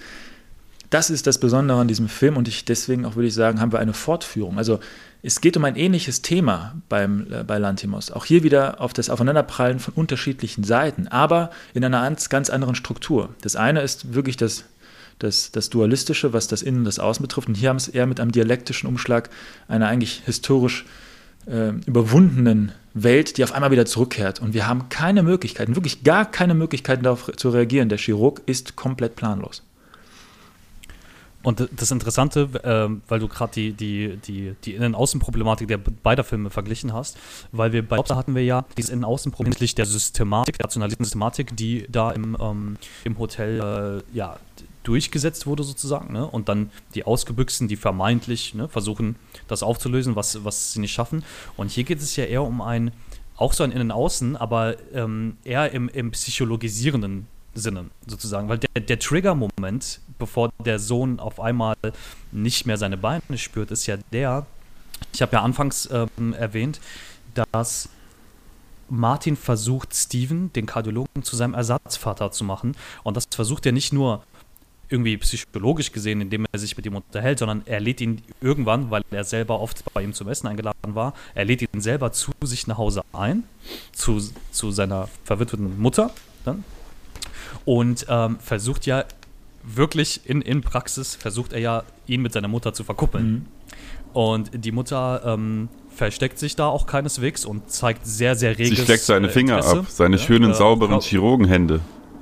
das ist das Besondere an diesem Film, und ich deswegen auch würde ich sagen, haben wir eine Fortführung. Also es geht um ein ähnliches Thema beim, äh, bei Lanthimos. Auch hier wieder auf das Aufeinanderprallen von unterschiedlichen Seiten, aber in einer ganz, ganz anderen Struktur. Das eine ist wirklich das Das, das Dualistische, was das Innen und das Außen betrifft. Und hier haben es eher mit einem dialektischen Umschlag einer eigentlich historisch äh, überwundenen Welt, die auf einmal wieder zurückkehrt. Und wir haben keine Möglichkeiten, wirklich gar keine Möglichkeiten darauf zu reagieren. Der Chirurg ist komplett planlos. Und das Interessante, äh, weil du gerade die, die, die, die Innen-Außen-Problematik der beider Filme verglichen hast, weil wir bei Lobster hatten wir ja dieses Innen-Außen-Problem hinsichtlich der Systematik, der rationalisierten Systematik, die da im, ähm, im Hotel äh, ja, durchgesetzt wurde sozusagen, ne? Und dann die Ausgebüchsten, die vermeintlich ne, versuchen, das aufzulösen, was, was sie nicht schaffen. Und hier geht es ja eher um ein auch so ein Innen-Außen, aber ähm, eher im, im psychologisierenden Sinne sozusagen, weil der, der Trigger-Moment, bevor der Sohn auf einmal nicht mehr seine Beine spürt, ist ja der, ich habe ja anfangs ähm, erwähnt, dass Martin versucht, Steven, den Kardiologen, zu seinem Ersatzvater zu machen, und das versucht er nicht nur irgendwie psychologisch gesehen, indem er sich mit ihm unterhält, sondern er lädt ihn irgendwann, weil er selber oft bei ihm zum Essen eingeladen war, er lädt ihn selber zu sich nach Hause ein, zu, zu seiner verwitweten Mutter dann, und ähm, versucht ja wirklich in, in Praxis, versucht er ja, ihn mit seiner Mutter zu verkuppeln. Mhm. Und die Mutter ähm, versteckt sich da auch keineswegs und zeigt sehr, sehr reges Sie steckt seine Finger Interesse. ab, seine ja, schönen, äh, sauberen Chirurgenhände.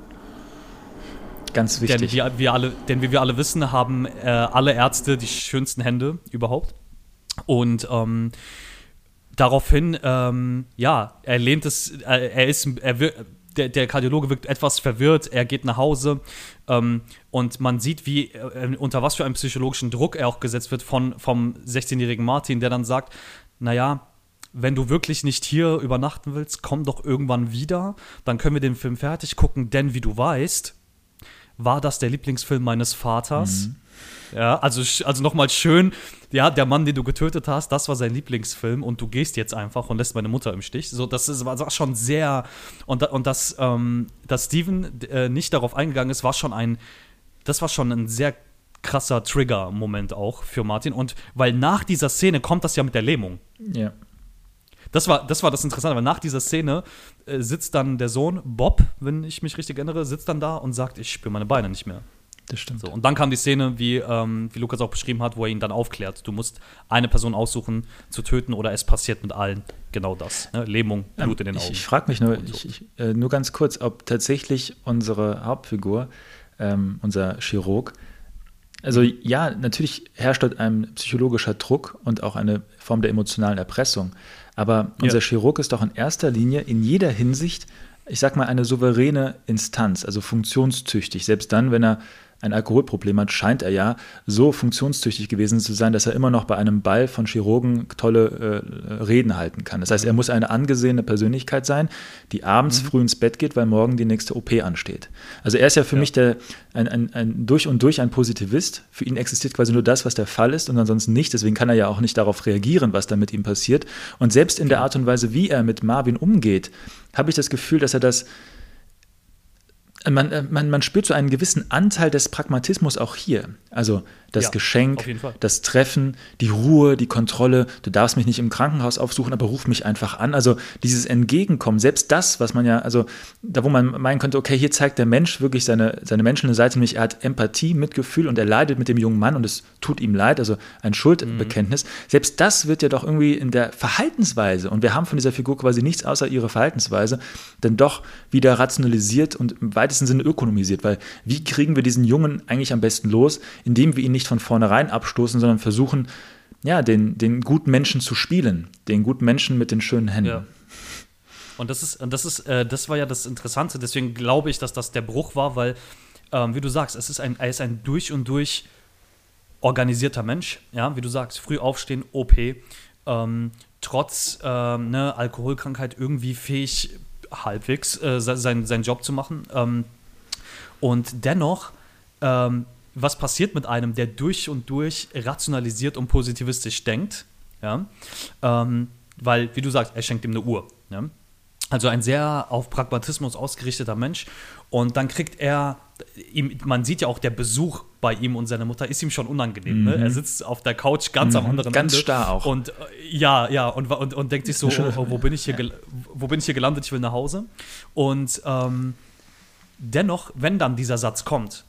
Ganz wichtig. Denn, wir, wir alle, denn wie wir alle wissen, haben äh, alle Ärzte die schönsten Hände überhaupt. Und ähm, daraufhin, ähm, ja, er lehnt es, äh, er ist, er wird, der, der Kardiologe wirkt etwas verwirrt, er geht nach Hause ähm, und man sieht, wie äh, unter was für einem psychologischen Druck er auch gesetzt wird von, vom sechzehnjährigen Martin, der dann sagt, naja, wenn du wirklich nicht hier übernachten willst, komm doch irgendwann wieder, dann können wir den Film fertig gucken, denn wie du weißt, war das der Lieblingsfilm meines Vaters. Mhm. Ja, also, also nochmal schön, ja, der Mann, den du getötet hast, das war sein Lieblingsfilm und du gehst jetzt einfach und lässt meine Mutter im Stich. So, das ist, war schon sehr, und, und das, ähm, dass Steven äh, nicht darauf eingegangen ist, war schon ein, das war schon ein sehr krasser Trigger-Moment auch für Martin, und weil nach dieser Szene kommt das ja mit der Lähmung. Ja. Das war, das war das Interessante, weil nach dieser Szene äh, sitzt dann der Sohn, Bob, wenn ich mich richtig erinnere, sitzt dann da und sagt, ich spüre meine Beine nicht mehr. Das stimmt. So, und dann kam die Szene, wie, ähm, wie Lukas auch beschrieben hat, wo er ihn dann aufklärt. Du musst eine Person aussuchen, zu töten, oder es passiert mit allen genau das. Ne? Lähmung, Blut ähm, in den Augen. Ich, ich frage mich nur, so. ich, ich, äh, nur ganz kurz, ob tatsächlich unsere Hauptfigur, ähm, unser Chirurg, also ja, natürlich herrscht dort ein psychologischer Druck und auch eine Form der emotionalen Erpressung. Aber unser ja. Chirurg ist doch in erster Linie in jeder Hinsicht, ich sag mal, eine souveräne Instanz, also funktionstüchtig. Selbst dann, wenn er ein Alkoholproblem hat, scheint er ja so funktionstüchtig gewesen zu sein, dass er immer noch bei einem Ball von Chirurgen tolle äh, Reden halten kann. Das heißt, er muss eine angesehene Persönlichkeit sein, die abends mhm. früh ins Bett geht, weil morgen die nächste O P ansteht. Also er ist ja für ja. mich der, ein, ein, ein durch und durch ein Positivist. Für ihn existiert quasi nur das, was der Fall ist, und ansonsten nicht. Deswegen kann er ja auch nicht darauf reagieren, was da mit ihm passiert. Und selbst in der Art und Weise, wie er mit Marvin umgeht, habe ich das Gefühl, dass er das Man, man, man spürt so einen gewissen Anteil des Pragmatismus auch hier. Also das ja, Geschenk, das Treffen, die Ruhe, die Kontrolle. Du darfst mich nicht im Krankenhaus aufsuchen, aber ruf mich einfach an. Also dieses Entgegenkommen, selbst das, was man ja, also da wo man meinen könnte, okay, hier zeigt der Mensch wirklich seine, seine menschliche Seite, nämlich er hat Empathie, Mitgefühl und er leidet mit dem jungen Mann und es tut ihm leid, also ein Schuldbekenntnis. Mhm. Selbst das wird ja doch irgendwie in der Verhaltensweise, und wir haben von dieser Figur quasi nichts außer ihre Verhaltensweise, denn doch wieder rationalisiert und im weitesten Sinne ökonomisiert, weil wie kriegen wir diesen Jungen eigentlich am besten los, indem wir ihn nicht von vornherein abstoßen, sondern versuchen, ja, den, den guten Menschen zu spielen, den guten Menschen mit den schönen Händen. Ja. Und das ist, das ist, äh, das war ja das Interessante, deswegen glaube ich, dass das der Bruch war, weil, ähm, wie du sagst, es ist ein, er ist ein durch und durch organisierter Mensch, ja, wie du sagst, früh aufstehen, O P, ähm, trotz ähm, ne, Alkoholkrankheit irgendwie fähig, halbwegs äh, sein, seinen Job zu machen. Ähm, und dennoch, ähm, was passiert mit einem, der durch und durch rationalisiert und positivistisch denkt? Ja? Ähm, weil, wie du sagst, er schenkt ihm eine Uhr. Ja? Also ein sehr auf Pragmatismus ausgerichteter Mensch. Und dann kriegt er, ihm, man sieht ja auch, der Besuch bei ihm und seiner Mutter ist ihm schon unangenehm. Mhm. Ne? Er sitzt auf der Couch ganz mhm. am anderen ganz Ende. Ganz starr auch. Und äh, ja, ja, und, und, und denkt sich so, oh, wo, bin ich hier gel- wo bin ich hier gelandet, ich will nach Hause. Und ähm, dennoch, wenn dann dieser Satz kommt,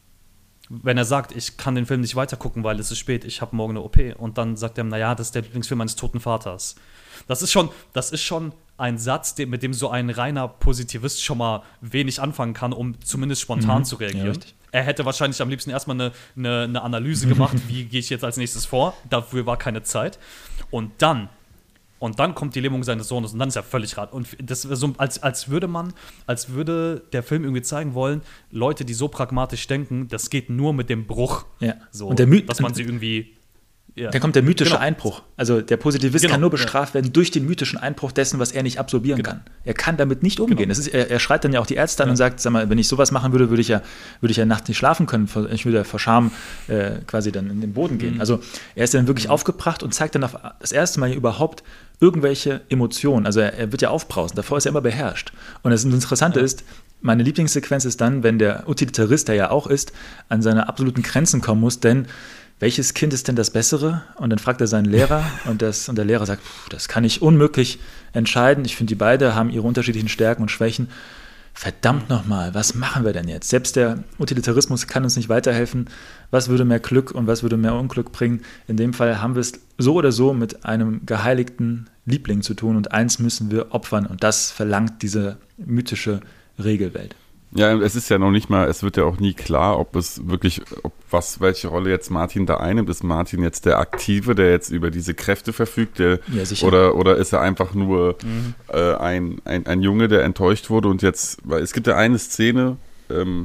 wenn er sagt, ich kann den Film nicht weitergucken, weil es ist spät, ich habe morgen eine O P, und dann sagt er, naja, das ist der Lieblingsfilm meines toten Vaters. Das ist schon, das ist schon ein Satz, mit dem so ein reiner Positivist schon mal wenig anfangen kann, um zumindest spontan mhm. zu reagieren. Ja, er hätte wahrscheinlich am liebsten erstmal eine, eine, eine Analyse gemacht, wie gehe ich jetzt als nächstes vor. Dafür war keine Zeit. Und dann, und dann kommt die Lähmung seines Sohnes und dann ist er völlig rat. Und das ist so, als, als würde man, als würde der Film irgendwie zeigen wollen, Leute, die so pragmatisch denken, das geht nur mit dem Bruch. Ja. So, und der My- dass man sie irgendwie Ja. Dann kommt der mythische genau. Einbruch. Also der Positivist Genau. kann nur bestraft ja. werden durch den mythischen Einbruch dessen, was er nicht absorbieren genau. kann. Er kann damit nicht umgehen. Genau. Das ist, er, er schreit dann ja auch die Ärzte an ja. und sagt, sag mal, wenn ich sowas machen würde, würde ich ja, würde ich ja nachts nicht schlafen können. Ich würde ja vor Scham äh, quasi dann in den Boden gehen. Mhm. Also er ist dann wirklich mhm. aufgebracht und zeigt dann auf das erste Mal überhaupt irgendwelche Emotionen. Also er, er wird ja aufbrausen. Davor ist er immer beherrscht. Und das Interessante ja. ist, meine Lieblingssequenz ist dann, wenn der Utilitarist, der ja auch ist, an seine absoluten Grenzen kommen muss, denn welches Kind ist denn das Bessere? Und dann fragt er seinen Lehrer und, das, und der Lehrer sagt, das kann ich unmöglich entscheiden. Ich finde, die beiden haben ihre unterschiedlichen Stärken und Schwächen. Verdammt nochmal, was machen wir denn jetzt? Selbst der Utilitarismus kann uns nicht weiterhelfen. Was würde mehr Glück und was würde mehr Unglück bringen? In dem Fall haben wir es so oder so mit einem geheiligten Liebling zu tun und eins müssen wir opfern und das verlangt diese mythische Regelwelt. Ja, es ist ja noch nicht mal, es wird ja auch nie klar, ob es wirklich, ob was, welche Rolle jetzt Martin da einnimmt. Ist Martin jetzt der Aktive, der jetzt über diese Kräfte verfügt, der, ja, sicher. Oder, oder ist er einfach nur mhm. äh, ein, ein, ein Junge, der enttäuscht wurde und jetzt, weil es gibt ja eine Szene, ähm,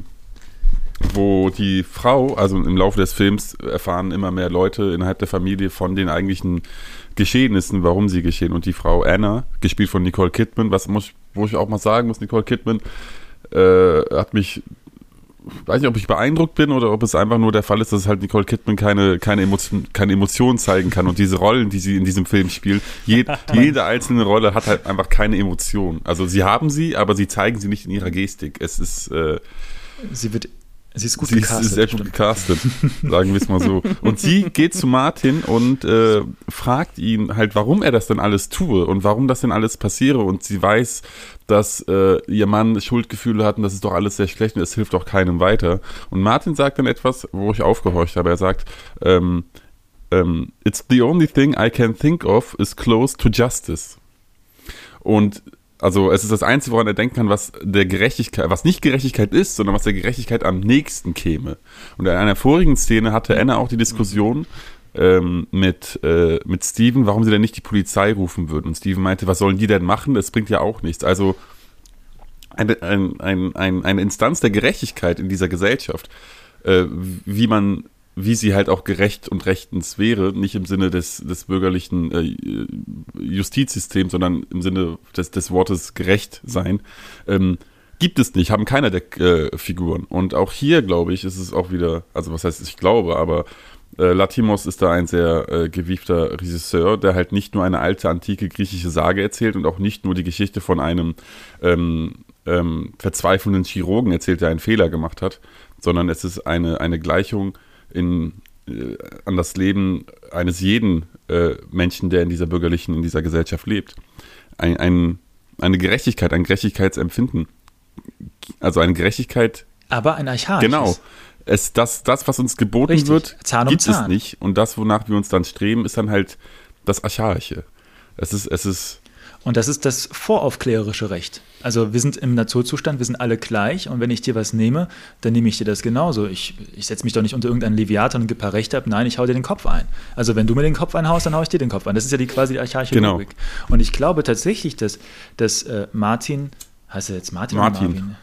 wo die Frau, also im Laufe des Films erfahren immer mehr Leute innerhalb der Familie von den eigentlichen Geschehnissen, warum sie geschehen. Und die Frau Anna, gespielt von Nicole Kidman, was muss, wo ich auch mal sagen muss, Nicole Kidman, Äh, hat mich, weiß nicht, ob ich beeindruckt bin oder ob es einfach nur der Fall ist, dass halt Nicole Kidman keine, keine, Emotion, keine Emotionen zeigen kann und diese Rollen, die sie in diesem Film spielt, jed, jede einzelne Rolle hat halt einfach keine Emotion. Also sie haben sie, aber sie zeigen sie nicht in ihrer Gestik. Es ist äh, sie wird Sie ist gut sie gecastet. Sie ist sehr gut gecastet, sagen wir es mal so. Und sie geht zu Martin und äh, fragt ihn halt, warum er das denn alles tue und warum das denn alles passiere. Und sie weiß, dass äh, ihr Mann Schuldgefühle hat und das ist doch alles sehr schlecht und es hilft doch keinem weiter. Und Martin sagt dann etwas, wo ich aufgehorcht habe. Er sagt, ähm, ähm, it's the only thing I can think of is close to justice. Und also es ist das Einzige, woran er denken kann, was der Gerechtigkeit, was nicht Gerechtigkeit ist, sondern was der Gerechtigkeit am nächsten käme. Und in einer vorigen Szene hatte Anna auch die Diskussion ähm, mit, äh, mit Steven, warum sie denn nicht die Polizei rufen würden. Und Steven meinte, was sollen die denn machen? Das bringt ja auch nichts. Also eine, ein, ein, ein, eine Instanz der Gerechtigkeit in dieser Gesellschaft, äh, wie man wie sie halt auch gerecht und rechtens wäre, nicht im Sinne des, des bürgerlichen äh, Justizsystems, sondern im Sinne des, des Wortes gerecht sein, ähm, gibt es nicht, haben keiner der äh, Figuren. Und auch hier, glaube ich, ist es auch wieder, also was heißt ich glaube, aber äh, Lanthimos ist da ein sehr äh, gewiefter Regisseur, der halt nicht nur eine alte, antike griechische Sage erzählt und auch nicht nur die Geschichte von einem ähm, ähm, verzweifelnden Chirurgen erzählt, der einen Fehler gemacht hat, sondern es ist eine, eine Gleichung in, äh, an das Leben eines jeden äh, Menschen, der in dieser bürgerlichen, in dieser Gesellschaft lebt. Ein, ein, eine Gerechtigkeit, ein Gerechtigkeitsempfinden. Also eine Gerechtigkeit. Aber ein archaisches. Genau. Es, das, das, was uns geboten Richtig. wird, Zahn um gibt Zahn. es nicht. Und das, wonach wir uns dann streben, ist dann halt das Archaische. Es ist, es ist Und das ist das voraufklärerische Recht. Also wir sind im Naturzustand, wir sind alle gleich und wenn ich dir was nehme, dann nehme ich dir das genauso. Ich, ich setze mich doch nicht unter irgendeinen Leviathan und gebe ein paar Rechte ab. Nein, ich hau dir den Kopf ein. Also wenn du mir den Kopf einhaust, dann hau ich dir den Kopf ein. Das ist ja die, quasi die archaische genau. Logik. Und ich glaube tatsächlich, dass, dass äh, Martin, heißt er jetzt Martin, Martin. oder Marvin?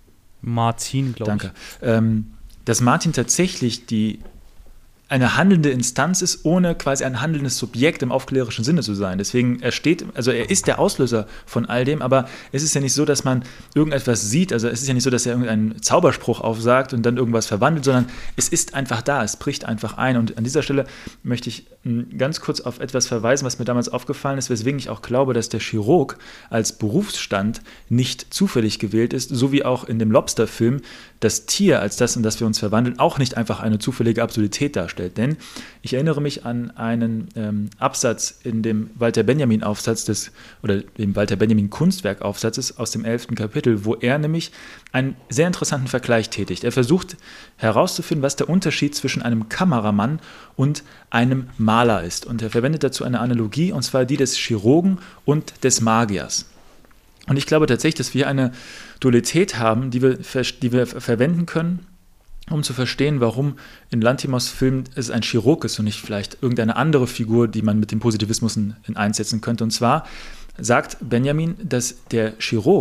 Martin, glaube ich. Danke. Ähm, dass Martin tatsächlich die eine handelnde Instanz ist, ohne quasi ein handelndes Subjekt im aufklärerischen Sinne zu sein. Deswegen, er steht, also er ist der Auslöser von all dem, aber es ist ja nicht so, dass man irgendetwas sieht, also es ist ja nicht so, dass er irgendeinen Zauberspruch aufsagt und dann irgendwas verwandelt, sondern es ist einfach da, es bricht einfach ein. Und an dieser Stelle möchte ich ganz kurz auf etwas verweisen, was mir damals aufgefallen ist, weswegen ich auch glaube, dass der Chirurg als Berufsstand nicht zufällig gewählt ist, so wie auch in dem Lobster-Film das Tier als das, in das wir uns verwandeln, auch nicht einfach eine zufällige Absurdität darstellt. Denn ich erinnere mich an einen ähm, Absatz in dem Walter Benjamin-Aufsatz des, oder dem Walter Benjamin-Kunstwerk-Aufsatzes aus dem elften Kapitel, wo er nämlich einen sehr interessanten Vergleich tätigt. Er versucht herauszufinden, was der Unterschied zwischen einem Kameramann und einem Maler ist. Und er verwendet dazu eine Analogie, und zwar die des Chirurgen und des Magiers. Und ich glaube tatsächlich, dass wir eine Dualität haben, die wir, die wir verwenden können, um zu verstehen, warum in Lanthimos Film es ein Chirurg ist und nicht vielleicht irgendeine andere Figur, die man mit dem Positivismus in, in einsetzen könnte. Und zwar sagt Benjamin, dass der Chirurg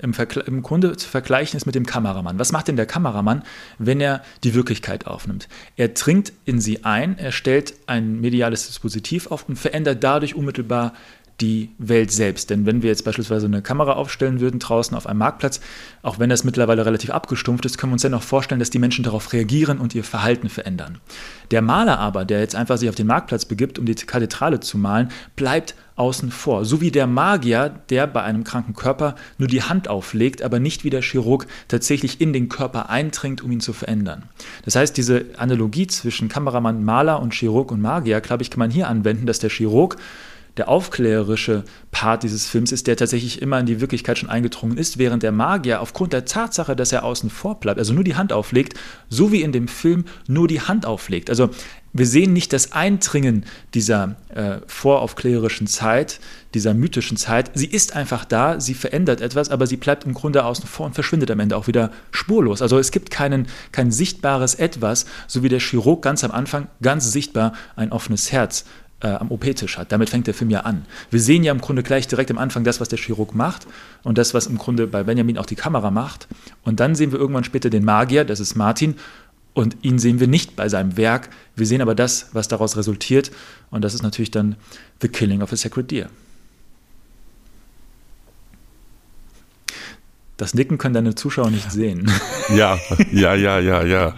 im, Verkle- im Grunde zu vergleichen ist mit dem Kameramann. Was macht denn der Kameramann, wenn er die Wirklichkeit aufnimmt? Er dringt in sie ein, er stellt ein mediales Dispositiv auf und verändert dadurch unmittelbar die Welt selbst. Denn wenn wir jetzt beispielsweise eine Kamera aufstellen würden draußen auf einem Marktplatz, auch wenn das mittlerweile relativ abgestumpft ist, können wir uns dennoch vorstellen, dass die Menschen darauf reagieren und ihr Verhalten verändern. Der Maler aber, der jetzt einfach sich auf den Marktplatz begibt, um die Kathedrale zu malen, bleibt außen vor. So wie der Magier, der bei einem kranken Körper nur die Hand auflegt, aber nicht wie der Chirurg tatsächlich in den Körper eindringt, um ihn zu verändern. Das heißt, diese Analogie zwischen Kameramann, Maler und Chirurg und Magier, glaube ich, kann man hier anwenden, dass der Chirurg der aufklärerische Part dieses Films ist, der tatsächlich immer in die Wirklichkeit schon eingedrungen ist, während der Magier aufgrund der Tatsache, dass er außen vor bleibt, also nur die Hand auflegt, so wie in dem Film nur die Hand auflegt. Also wir sehen nicht das Eindringen dieser äh, voraufklärerischen Zeit, dieser mythischen Zeit. Sie ist einfach da, sie verändert etwas, aber sie bleibt im Grunde außen vor und verschwindet am Ende auch wieder spurlos. Also es gibt keinen, kein sichtbares Etwas, so wie der Chirurg ganz am Anfang ganz sichtbar ein offenes Herz am O P-Tisch hat. Damit fängt der Film ja an. Wir sehen ja im Grunde gleich direkt am Anfang das, was der Chirurg macht und das, was im Grunde bei Benjamin auch die Kamera macht. Und dann sehen wir irgendwann später den Magier, das ist Martin, und ihn sehen wir nicht bei seinem Werk. Wir sehen aber das, was daraus resultiert, und das ist natürlich dann The Killing of a Sacred Deer. Das Nicken können deine Zuschauer nicht sehen. Ja, ja, ja, ja, ja.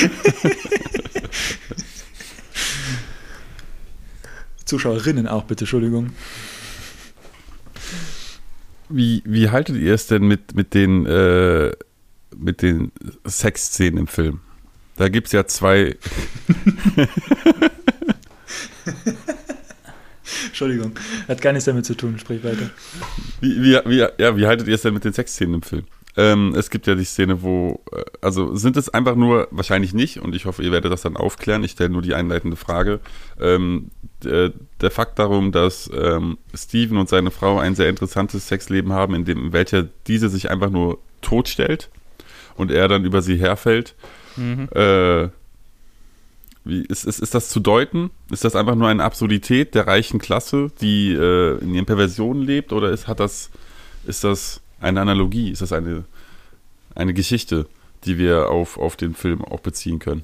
Zuschauerinnen auch, bitte, Entschuldigung. Wie, wie haltet ihr es denn mit, mit den, äh, mit den Sexszenen im Film? Da gibt es ja zwei. Entschuldigung, hat gar nichts damit zu tun, sprich weiter. Wie, wie, wie, ja, wie haltet ihr es denn mit den Sexszenen im Film? Ähm, es gibt ja die Szene, wo, äh, also sind es einfach nur, wahrscheinlich nicht, und ich hoffe, ihr werdet das dann aufklären, ich stelle nur die einleitende Frage, ähm, der, der Fakt darum, dass ähm, Steven und seine Frau ein sehr interessantes Sexleben haben, in, dem, in welcher diese sich einfach nur totstellt und er dann über sie herfällt. Mhm. Äh, wie, ist, ist, ist das zu deuten? Ist das einfach nur eine Absurdität der reichen Klasse, die äh, in ihren Perversionen lebt, oder ist, hat das, ist das eine Analogie? Ist das eine, eine Geschichte, die wir auf, auf den Film auch beziehen können?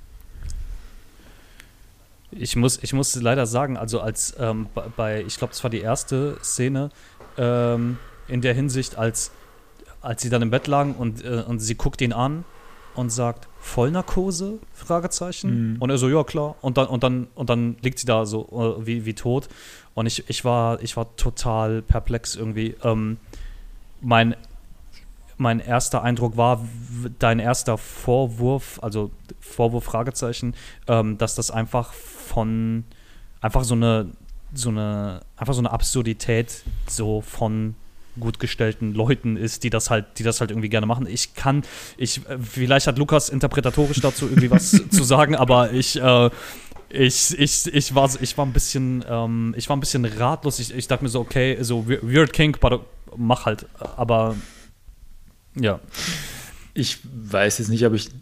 Ich muss, ich muss leider sagen, also als ähm, bei, ich glaube, es war die erste Szene ähm, in der Hinsicht, als, als sie dann im Bett lagen und, äh, und sie guckt ihn an und sagt, Vollnarkose? Fragezeichen. Mhm. Und er so, ja klar. Und dann, und dann, und dann liegt sie da so äh, wie, wie tot. Und ich, ich, war, ich war total perplex irgendwie. Ähm, Mein, mein erster Eindruck war, dein erster Vorwurf, also Vorwurf, Fragezeichen, ähm, dass das einfach von, einfach so eine, so eine, einfach so eine Absurdität so von gut gestellten Leuten ist, die das halt, die das halt irgendwie gerne machen. Ich kann, ich, vielleicht hat Lukas interpretatorisch dazu irgendwie was zu sagen, aber ich, äh, Ich, ich, ich, war, ich war ein bisschen, ähm, ich war ein bisschen ratlos. Ich, ich dachte mir so, okay, so weird kink, but mach halt. Aber ja. Ich weiß jetzt nicht, ob ich.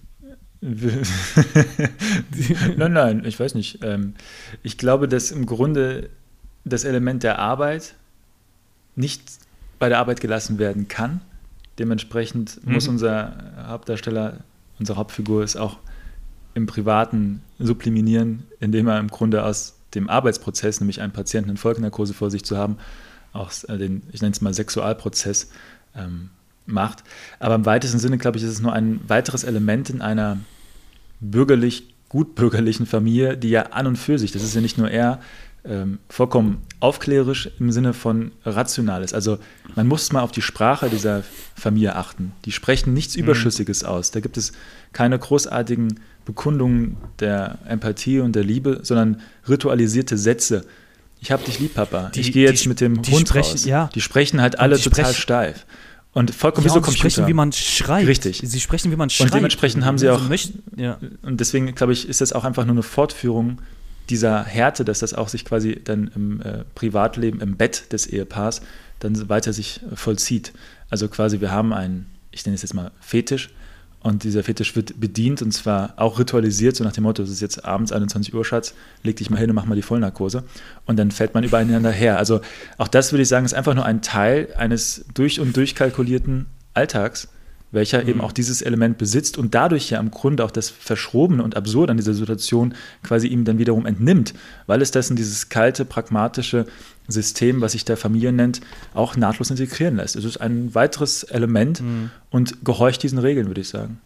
nein, nein, ich weiß nicht. Ähm, ich glaube, dass im Grunde das Element der Arbeit nicht bei der Arbeit gelassen werden kann. Dementsprechend mhm. muss unser Hauptdarsteller, unsere Hauptfigur ist auch im Privaten subliminieren, indem er im Grunde aus dem Arbeitsprozess, nämlich einen Patienten in Vollnarkose vor sich zu haben, auch den, ich nenne es mal Sexualprozess, ähm, macht. Aber im weitesten Sinne, glaube ich, ist es nur ein weiteres Element in einer bürgerlich, gutbürgerlichen Familie, die ja an und für sich, das ist ja nicht nur er, ähm, vollkommen aufklärerisch im Sinne von rational ist. Also man muss mal auf die Sprache dieser Familie achten. Die sprechen nichts mhm. Überschüssiges aus. Da gibt es keine großartigen Bekundungen der Empathie und der Liebe, sondern ritualisierte Sätze. Ich hab dich lieb, Papa. Die, ich gehe jetzt die, mit dem Hund sprechen, raus. Ja. Die sprechen halt alle total sprechen, steif. Und vollkommen ja, wie so und Computer. Sie sprechen, wie man schreit. Richtig. Sie sprechen, wie man schreit. Und dementsprechend haben sie auch, also möchten, ja. und deswegen, glaube ich, ist das auch einfach nur eine Fortführung dieser Härte, dass das auch sich quasi dann im äh, Privatleben, im Bett des Ehepaars dann weiter sich äh, vollzieht. Also quasi, wir haben einen, ich nenne es jetzt mal Fetisch, Und dieser Fetisch wird bedient und zwar auch ritualisiert, so nach dem Motto, es ist jetzt abends einundzwanzig Uhr, Schatz, leg dich mal hin und mach mal die Vollnarkose. Und dann fällt man übereinander her. Also auch das würde ich sagen, ist einfach nur ein Teil eines durch und durch kalkulierten Alltags, welcher mhm. eben auch dieses Element besitzt und dadurch ja im Grunde auch das Verschrobene und Absurde an dieser Situation quasi ihm dann wiederum entnimmt, weil es das in dieses kalte, pragmatische System, was sich der Familie nennt, auch nahtlos integrieren lässt. Es ist ein weiteres Element mhm. und gehorcht diesen Regeln, würde ich sagen.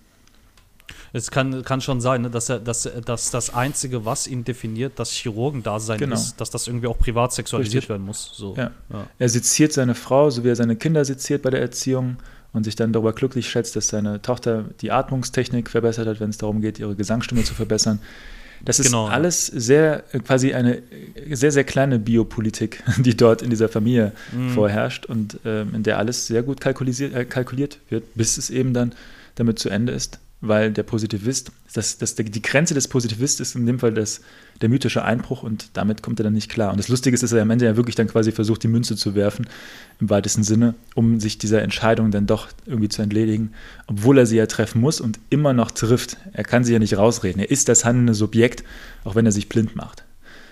Es kann, kann schon sein, ne, dass, er, dass, dass das Einzige, was ihn definiert, das Chirurgendasein genau. ist, dass das irgendwie auch privat sexualisiert Richtig. werden muss. So. Ja. Ja. Er seziert seine Frau, so wie er seine Kinder seziert bei der Erziehung und sich dann darüber glücklich schätzt, dass seine Tochter die Atmungstechnik verbessert hat, wenn es darum geht, ihre Gesangsstimme zu verbessern. Das ist genau. alles sehr, quasi eine sehr, sehr kleine Biopolitik, die dort in dieser Familie mhm. vorherrscht und ähm, in der alles sehr gut kalkuliert, äh, kalkuliert wird, bis es eben dann damit zu Ende ist, weil der Positivist, das, das, die Grenze des Positivist ist in dem Fall das, der mythische Einbruch und damit kommt er dann nicht klar. Und das Lustige ist, dass er am Ende ja wirklich dann quasi versucht, die Münze zu werfen, im weitesten Sinne, um sich dieser Entscheidung dann doch irgendwie zu entledigen, obwohl er sie ja treffen muss und immer noch trifft. Er kann sie ja nicht rausreden. Er ist das handelnde Subjekt, auch wenn er sich blind macht.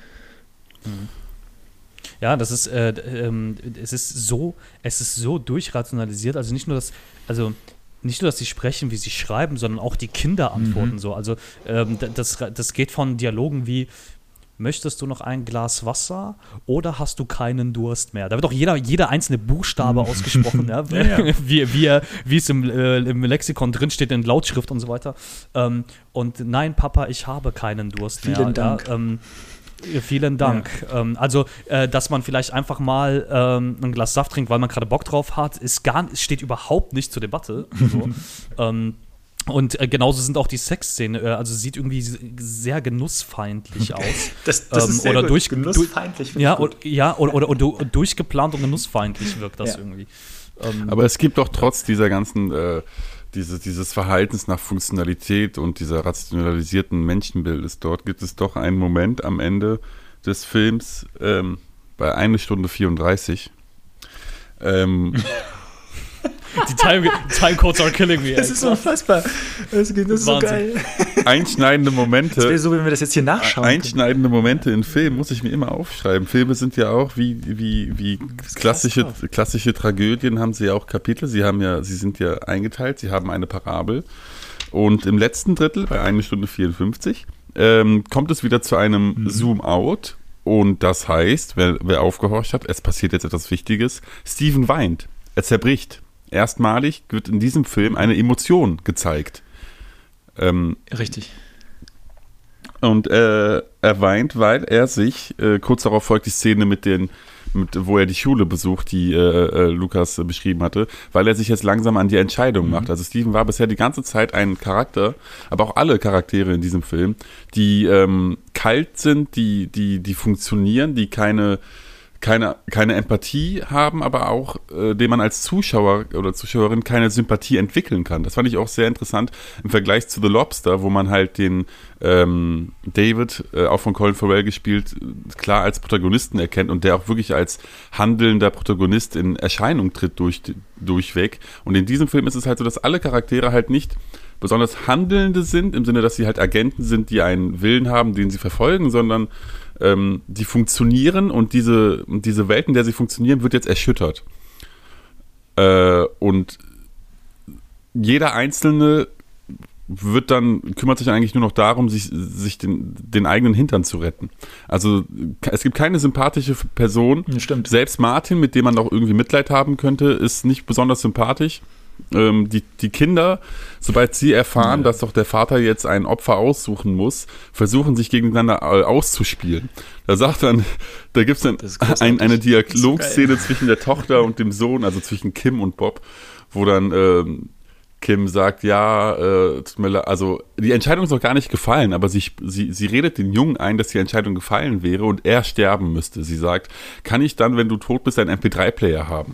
Mhm. Ja, das ist, äh, ähm, es ist so, es ist so durchrationalisiert, also nicht nur das, also nicht nur, dass sie sprechen, wie sie schreiben, sondern auch die Kinder antworten mhm. so. Also ähm, das, das geht von Dialogen wie: Möchtest du noch ein Glas Wasser oder hast du keinen Durst mehr? Da wird auch jeder, jeder einzelne Buchstabe ausgesprochen, ja? ja, ja. Wie, wie, wie es im, äh, im Lexikon drinsteht in Lautschrift und so weiter. Ähm, und nein, Papa, ich habe keinen Durst Vielen mehr. Vielen Dank. Ja, ähm, Vielen Dank. Ja. Ähm, also, äh, dass man vielleicht einfach mal ähm, ein Glas Saft trinkt, weil man gerade Bock drauf hat, ist gar, steht überhaupt nicht zur Debatte. So. ähm, und äh, genauso sind auch die Sexszenen, äh, also sieht irgendwie sehr genussfeindlich aus. Das, das ähm, ist sehr oder gut. Durch, genussfeindlich. Ja, und, ja oder, oder, oder, oder durchgeplant und genussfeindlich wirkt das ja. irgendwie. Ähm, Aber es gibt doch trotz dieser ganzen äh, Diese, dieses Verhaltens nach Funktionalität und dieser rationalisierten Menschenbildes dort, gibt es doch einen Moment am Ende des Films ähm, bei einer Stunde vierunddreißig. Ähm, Die Time, Timecodes are killing me. Das ey. ist so unfassbar. Das ist, das ist so geil. Einschneidende Momente. Das wäre so, wenn wir das jetzt hier nachschauen. Einschneidende Momente in Filmen muss ich mir immer aufschreiben. Filme sind ja auch wie, wie, wie klassische, klassische Tragödien, haben sie ja auch Kapitel. Sie haben ja, sie sind ja eingeteilt, sie haben eine Parabel. Und im letzten Drittel, bei einer Stunde vierundfünfzig, ähm, kommt es wieder zu einem mhm. Zoom-Out. Und das heißt, wer, wer aufgehorcht hat, es passiert jetzt etwas Wichtiges. Steven weint. Er zerbricht. Erstmalig wird in diesem Film eine Emotion gezeigt. Ähm, Richtig. Und äh, er weint, weil er sich, äh, kurz darauf folgt die Szene mit den, mit, wo er die Schule besucht, die äh, äh, Lukas äh, beschrieben hatte, weil er sich jetzt langsam an die Entscheidung mhm. macht. Also Steven war bisher die ganze Zeit ein Charakter, aber auch alle Charaktere in diesem Film, die ähm, kalt sind, die, die, die funktionieren, die keine Keine, keine Empathie haben, aber auch, äh, dem man als Zuschauer oder Zuschauerin keine Sympathie entwickeln kann. Das fand ich auch sehr interessant im Vergleich zu The Lobster, wo man halt den ähm, David, äh, auch von Colin Farrell gespielt, klar als Protagonisten erkennt und der auch wirklich als handelnder Protagonist in Erscheinung tritt durch, durchweg. Und in diesem Film ist es halt so, dass alle Charaktere halt nicht besonders Handelnde sind, im Sinne, dass sie halt Agenten sind, die einen Willen haben, den sie verfolgen, sondern ähm, die funktionieren und diese, diese Welt, in der sie funktionieren, wird jetzt erschüttert. Äh, und jeder Einzelne wird dann, kümmert sich eigentlich nur noch darum, sich, sich den, den eigenen Hintern zu retten. Also es gibt keine sympathische Person. Ja, stimmt. Selbst Martin, mit dem man auch irgendwie Mitleid haben könnte, ist nicht besonders sympathisch. Ähm, die, die Kinder, sobald sie erfahren, ja. dass doch der Vater jetzt ein Opfer aussuchen muss, versuchen sich gegeneinander auszuspielen. Da sagt dann, da gibt es dann ein, eine Dialogszene zwischen der Tochter und dem Sohn, also zwischen Kim und Bob, wo dann ähm, Kim sagt, ja, äh, also die Entscheidung ist noch gar nicht gefallen, aber sie, sie, sie redet den Jungen ein, dass die Entscheidung gefallen wäre und er sterben müsste. Sie sagt, kann ich dann, wenn du tot bist, einen M P drei Player haben?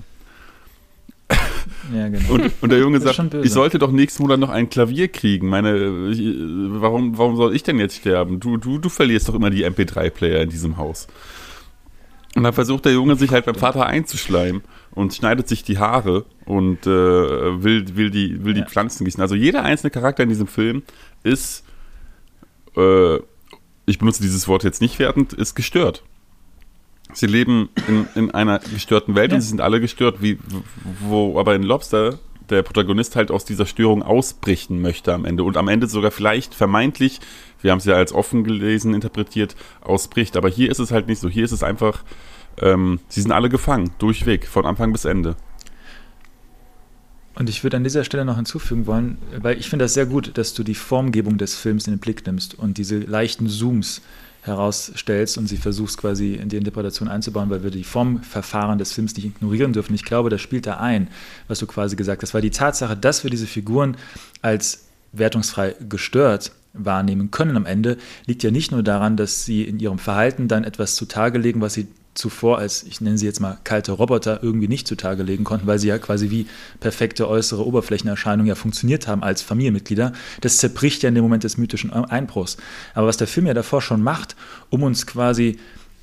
Ja, genau. Und, und der Junge sagt, ich sollte doch nächsten Monat noch ein Klavier kriegen. Meine, ich, warum, warum soll ich denn jetzt sterben? Du, du, du verlierst doch immer die M P drei Player in diesem Haus. Und dann versucht der Junge sich halt beim Vater einzuschleimen und schneidet sich die Haare und äh, will, will die, will die ja. Pflanzen gießen. Also jeder einzelne Charakter in diesem Film ist, äh, ich benutze dieses Wort jetzt nicht wertend, ist gestört. Sie leben in, in einer gestörten Welt ja. und sie sind alle gestört, wie, wo aber in Lobster der Protagonist halt aus dieser Störung ausbrechen möchte am Ende und am Ende sogar vielleicht vermeintlich, wir haben es ja als offen gelesen, interpretiert, ausbricht. Aber hier ist es halt nicht so. Hier ist es einfach, ähm, sie sind alle gefangen, durchweg, von Anfang bis Ende. Und ich würde an dieser Stelle noch hinzufügen wollen, weil ich finde das sehr gut, dass du die Formgebung des Films in den Blick nimmst und diese leichten Zooms herausstellst und sie versuchst quasi in die Interpretation einzubauen, weil wir die Formverfahren des Films nicht ignorieren dürfen. Ich glaube, das spielt da ein, was du quasi gesagt hast, weil die Tatsache, dass wir diese Figuren als wertungsfrei gestört wahrnehmen können am Ende, liegt ja nicht nur daran, dass sie in ihrem Verhalten dann etwas zutage legen, was sie zuvor als, ich nenne sie jetzt mal kalte Roboter, irgendwie nicht zutage legen konnten, weil sie ja quasi wie perfekte äußere Oberflächenerscheinungen ja funktioniert haben als Familienmitglieder. Das zerbricht ja in dem Moment des mythischen Einbruchs. Aber was der Film ja davor schon macht, um uns quasi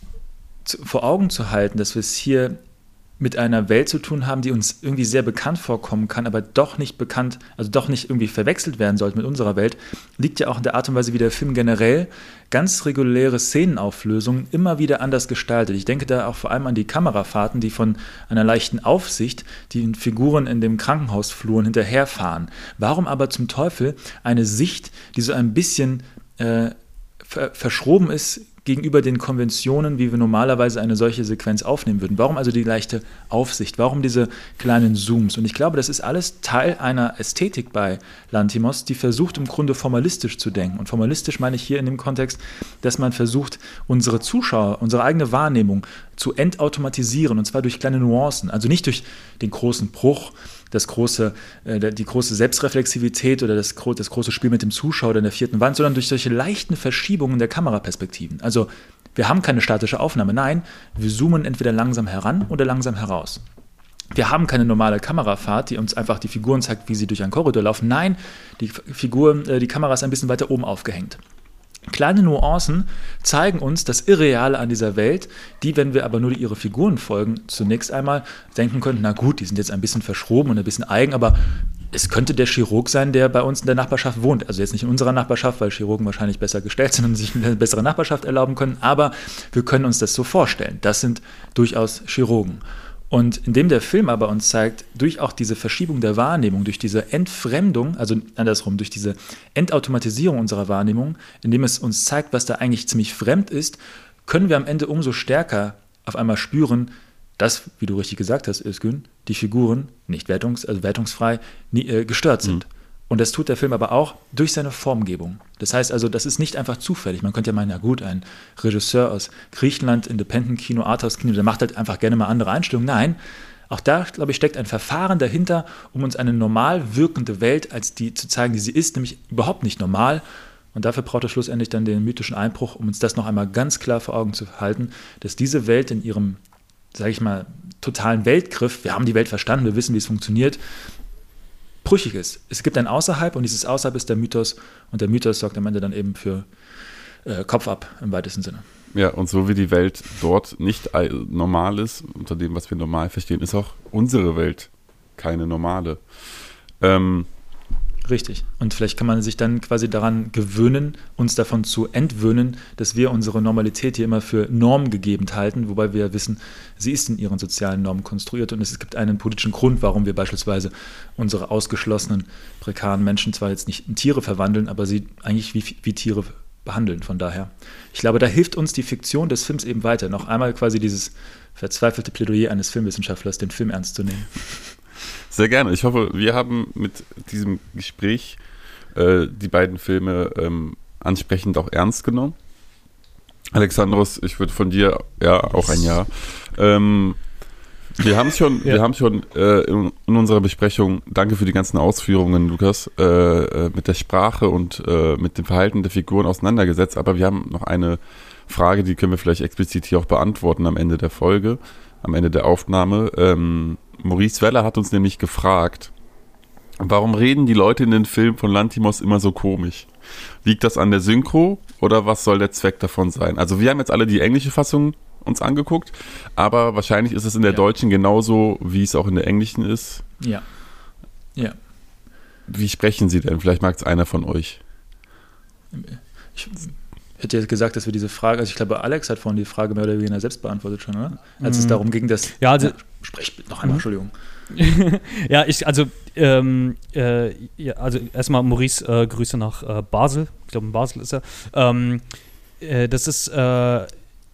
zu, vor Augen zu halten, dass wir es hier mit einer Welt zu tun haben, die uns irgendwie sehr bekannt vorkommen kann, aber doch nicht bekannt, also doch nicht irgendwie verwechselt werden sollte mit unserer Welt, liegt ja auch in der Art und Weise, wie der Film generell ganz reguläre Szenenauflösungen immer wieder anders gestaltet. Ich denke da auch vor allem an die Kamerafahrten, die von einer leichten Aufsicht die Figuren in den Krankenhausfluren hinterherfahren. Warum aber zum Teufel eine Sicht, die so ein bisschen äh, ver- verschroben ist, gegenüber den Konventionen, wie wir normalerweise eine solche Sequenz aufnehmen würden. Warum also die leichte Aufsicht? Warum diese kleinen Zooms? Und ich glaube, das ist alles Teil einer Ästhetik bei Lanthimos, die versucht im Grunde formalistisch zu denken. Und formalistisch meine ich hier in dem Kontext, dass man versucht, unsere Zuschauer, unsere eigene Wahrnehmung zu entautomatisieren, und zwar durch kleine Nuancen. Also nicht durch den großen Bruch, das große, äh, die große Selbstreflexivität oder das, das große Spiel mit dem Zuschauer in der vierten Wand, sondern durch solche leichten Verschiebungen der Kameraperspektiven. Also wir haben keine statische Aufnahme, nein, wir zoomen entweder langsam heran oder langsam heraus. Wir haben keine normale Kamerafahrt, die uns einfach die Figuren zeigt, wie sie durch einen Korridor laufen. Nein, die Figur, äh, die Kamera ist ein bisschen weiter oben aufgehängt. Kleine Nuancen zeigen uns das Irreale an dieser Welt, die, wenn wir aber nur ihre Figuren folgen, zunächst einmal denken könnten, na gut, die sind jetzt ein bisschen verschroben und ein bisschen eigen, aber es könnte der Chirurg sein, der bei uns in der Nachbarschaft wohnt. Also jetzt nicht in unserer Nachbarschaft, weil Chirurgen wahrscheinlich besser gestellt sind und sich eine bessere Nachbarschaft erlauben können, aber wir können uns das so vorstellen. Das sind durchaus Chirurgen. Und indem der Film aber uns zeigt, durch auch diese Verschiebung der Wahrnehmung, durch diese Entfremdung, also andersrum, durch diese Entautomatisierung unserer Wahrnehmung, indem es uns zeigt, was da eigentlich ziemlich fremd ist, können wir am Ende umso stärker auf einmal spüren, dass, wie du richtig gesagt hast, Özgün, die Figuren nicht wertungs-, also wertungsfrei nie, äh, gestört sind. Mhm. Und das tut der Film aber auch durch seine Formgebung. Das heißt also, das ist nicht einfach zufällig. Man könnte ja meinen, na gut, ein Regisseur aus Griechenland, Independent-Kino, Arthouse-Kino, der macht halt einfach gerne mal andere Einstellungen. Nein, auch da, glaube ich, steckt ein Verfahren dahinter, um uns eine normal wirkende Welt als die zu zeigen, die sie ist, nämlich überhaupt nicht normal. Und dafür braucht er schlussendlich dann den mythischen Einbruch, um uns das noch einmal ganz klar vor Augen zu halten, dass diese Welt in ihrem, sage ich mal, totalen Weltgriff, wir haben die Welt verstanden, wir wissen, wie es funktioniert, brüchig ist. Es gibt ein Außerhalb und dieses Außerhalb ist der Mythos und der Mythos sorgt am Ende dann eben für äh, Kopf ab im weitesten Sinne. Ja, und so wie die Welt dort nicht normal ist, unter dem, was wir normal verstehen, ist auch unsere Welt keine normale. Ähm, Richtig. Und vielleicht kann man sich dann quasi daran gewöhnen, uns davon zu entwöhnen, dass wir unsere Normalität hier immer für normgebend halten, wobei wir ja wissen, sie ist in ihren sozialen Normen konstruiert und es gibt einen politischen Grund, warum wir beispielsweise unsere ausgeschlossenen, prekären Menschen zwar jetzt nicht in Tiere verwandeln, aber sie eigentlich wie, wie Tiere behandeln. Von daher, ich glaube, da hilft uns die Fiktion des Films eben weiter. Noch einmal quasi dieses verzweifelte Plädoyer eines Filmwissenschaftlers, den Film ernst zu nehmen. Sehr gerne. Ich hoffe, wir haben mit diesem Gespräch äh, die beiden Filme ähm, ansprechend auch ernst genommen. Alexandros, ich würde von dir ja auch ein Ja. Ähm, wir haben es schon, ja. wir haben schon äh, in, in unserer Besprechung, danke für die ganzen Ausführungen, Lukas, äh, äh, mit der Sprache und äh, mit dem Verhalten der Figuren auseinandergesetzt, aber wir haben noch eine Frage, die können wir vielleicht explizit hier auch beantworten am Ende der Folge, am Ende der Aufnahme. Ähm, Maurice Weller hat uns nämlich gefragt, warum reden die Leute in den Filmen von Lanthimos immer so komisch? Liegt das an der Synchro oder was soll der Zweck davon sein? Also wir haben jetzt alle die englische Fassung uns angeguckt, aber wahrscheinlich ist es in der ja. deutschen genauso, wie es auch in der englischen ist. Ja. Ja. Wie sprechen Sie denn? Vielleicht mag es einer von euch. Ich hätte jetzt gesagt, dass wir diese Frage, also ich glaube, Alex hat vorhin die Frage mehr oder weniger selbst beantwortet schon, oder? Als mm. es darum ging, dass... Ja, also... Ja, sprech noch einmal, mm. Entschuldigung. ja, ich, also, ähm, äh, ja, also erstmal Maurice, äh, Grüße nach äh, Basel. Ich glaube, in Basel ist er. Ähm, äh, das ist äh,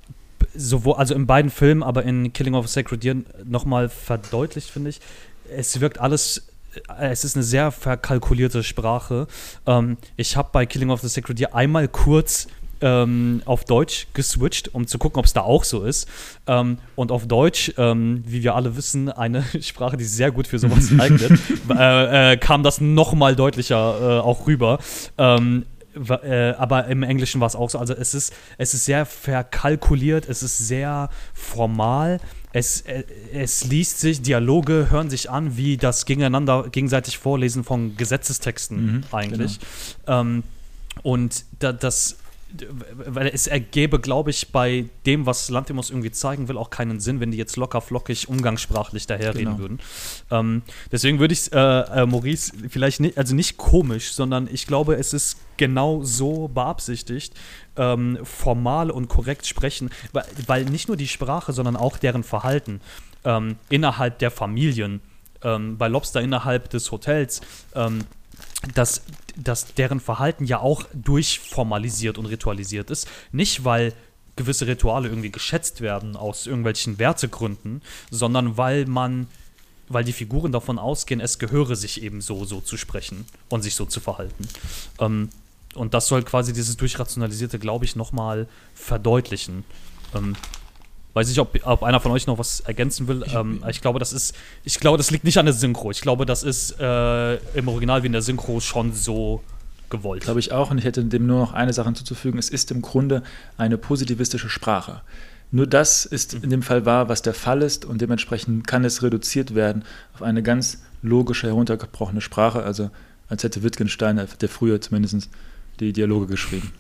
sowohl, also in beiden Filmen, aber in Killing of a Sacred Deer nochmal verdeutlicht, finde ich. Es wirkt alles... Es ist eine sehr verkalkulierte Sprache. Ähm, ich habe bei Killing of the Sacred Deer einmal kurz ähm, auf Deutsch geswitcht, um zu gucken, ob es da auch so ist. Ähm, und auf Deutsch, ähm, wie wir alle wissen, eine Sprache, die sich sehr gut für sowas eignet, äh, äh, kam das noch mal deutlicher äh, auch rüber. Ähm, Äh, aber im Englischen war es auch so. Also es ist, es ist sehr verkalkuliert, es ist sehr formal, es, äh, es liest sich, Dialoge hören sich an wie das gegeneinander gegenseitig Vorlesen von Gesetzestexten mhm, eigentlich. Genau. Ähm, und da, das, weil es ergäbe, glaube ich, bei dem, was Lanthimos irgendwie zeigen will, auch keinen Sinn, wenn die jetzt locker flockig umgangssprachlich daherreden genau. würden. Ähm, deswegen würde ich äh, äh, Maurice vielleicht nicht, also nicht komisch, sondern ich glaube, es ist genau so beabsichtigt, ähm, formal und korrekt sprechen, weil, weil nicht nur die Sprache, sondern auch deren Verhalten ähm, innerhalb der Familien, ähm, bei Lobster innerhalb des Hotels, ähm, dass, dass deren Verhalten ja auch durchformalisiert und ritualisiert ist. Nicht, weil gewisse Rituale irgendwie geschätzt werden aus irgendwelchen Wertegründen, sondern weil man, weil die Figuren davon ausgehen, es gehöre sich eben so, so zu sprechen und sich so zu verhalten. Ähm, und das soll quasi dieses Durchrationalisierte, glaube ich, nochmal verdeutlichen. Ähm, Weiß nicht, ob, ob einer von euch noch was ergänzen will. Ich, ähm, ich glaube, das ist, ich glaube, das liegt nicht an der Synchro. Ich glaube, das ist äh, im Original wie in der Synchro schon so gewollt. Glaube ich auch. Und ich hätte dem nur noch eine Sache hinzuzufügen. Es ist im Grunde eine positivistische Sprache. Nur das ist in dem Fall wahr, was der Fall ist. Und dementsprechend kann es reduziert werden auf eine ganz logische, heruntergebrochene Sprache. Also als hätte Wittgenstein, der früher zumindest, die Dialoge geschrieben.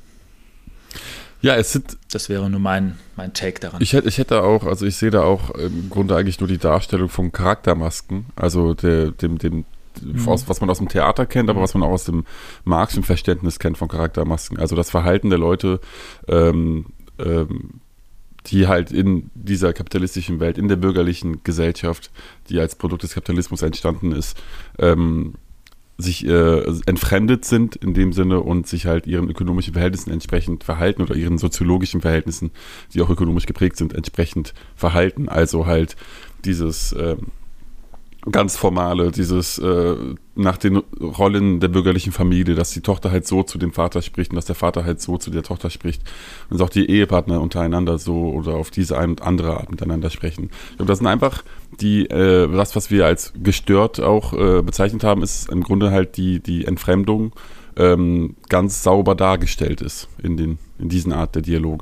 Ja, es sind. Das wäre nur mein, mein Take daran. Ich hätte, ich hätte auch, also ich sehe da auch im Grunde eigentlich nur die Darstellung von Charaktermasken, also der, dem, dem, mhm. aus, was man aus dem Theater kennt, mhm. aber was man auch aus dem Marxischen Verständnis kennt von Charaktermasken. Also das Verhalten der Leute, ähm, ähm, die halt in dieser kapitalistischen Welt, in der bürgerlichen Gesellschaft, die als Produkt des Kapitalismus entstanden ist, ähm, sich äh, entfremdet sind in dem Sinne und sich halt ihren ökonomischen Verhältnissen entsprechend verhalten oder ihren soziologischen Verhältnissen, die auch ökonomisch geprägt sind, entsprechend verhalten. Also halt dieses äh, ganz formale, dieses äh, nach den Rollen der bürgerlichen Familie, dass die Tochter halt so zu dem Vater spricht und dass der Vater halt so zu der Tochter spricht und dass auch die Ehepartner untereinander so oder auf diese eine und andere Art miteinander sprechen. Ich glaube, das sind einfach die, äh, das, was wir als gestört auch äh, bezeichnet haben, ist im Grunde halt die, die Entfremdung ähm, ganz sauber dargestellt ist in, den, in diesen Art der Dialoge.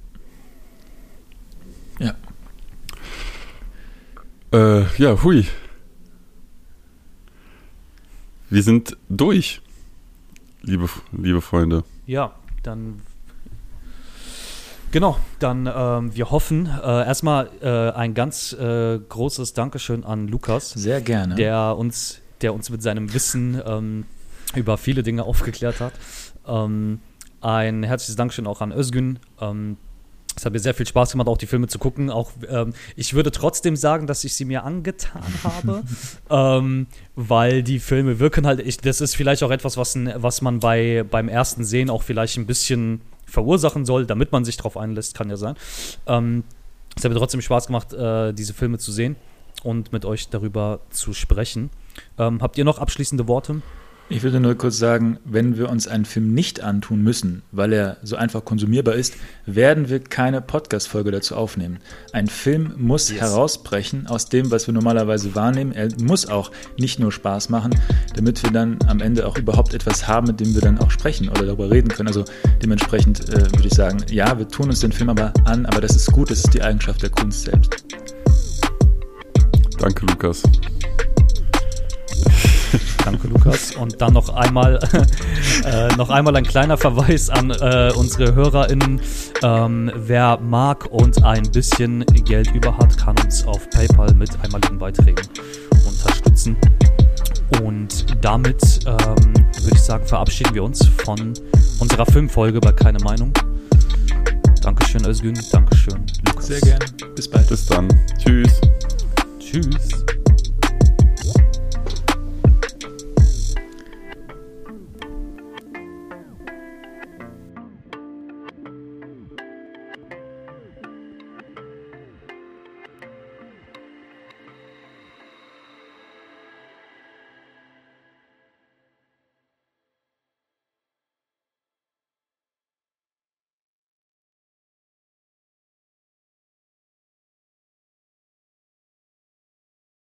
Ja. Äh, ja, hui. Wir sind durch, liebe, liebe Freunde. Ja, dann genau, dann ähm, wir hoffen äh, erstmal äh, ein ganz äh, großes Dankeschön an Lukas. Sehr gerne. Der uns, der uns mit seinem Wissen ähm, über viele Dinge aufgeklärt hat. Ähm, ein herzliches Dankeschön auch an Özgün. Ähm, Es hat mir sehr viel Spaß gemacht, auch die Filme zu gucken. Auch ähm, ich würde trotzdem sagen, dass ich sie mir angetan habe, ähm, weil die Filme wirken halt. Ich, das ist vielleicht auch etwas, was, was man bei, beim ersten Sehen auch vielleicht ein bisschen verursachen soll, damit man sich darauf einlässt, kann ja sein. Ähm, es hat mir trotzdem Spaß gemacht, äh, diese Filme zu sehen und mit euch darüber zu sprechen. Ähm, habt ihr noch abschließende Worte? Ich würde nur kurz sagen, wenn wir uns einen Film nicht antun müssen, weil er so einfach konsumierbar ist, werden wir keine Podcast-Folge dazu aufnehmen. Ein Film muss yes. herausbrechen aus dem, was wir normalerweise wahrnehmen. Er muss auch nicht nur Spaß machen, damit wir dann am Ende auch überhaupt etwas haben, mit dem wir dann auch sprechen oder darüber reden können. Also dementsprechend äh, würde ich sagen, ja, wir tun uns den Film aber an, aber das ist gut, das ist die Eigenschaft der Kunst selbst. Danke, Lukas. Danke, Lukas. Und dann noch einmal äh, noch einmal ein kleiner Verweis an äh, unsere HörerInnen. Ähm, wer mag und ein bisschen Geld über hat, kann uns auf PayPal mit einmaligen Beiträgen unterstützen. Und damit ähm, würde ich sagen, verabschieden wir uns von unserer Filmfolge bei Keine Meinung. Dankeschön, Özgün. Dankeschön, Lukas. Sehr gern. Bis bald. Bis dann. Tschüss. Tschüss.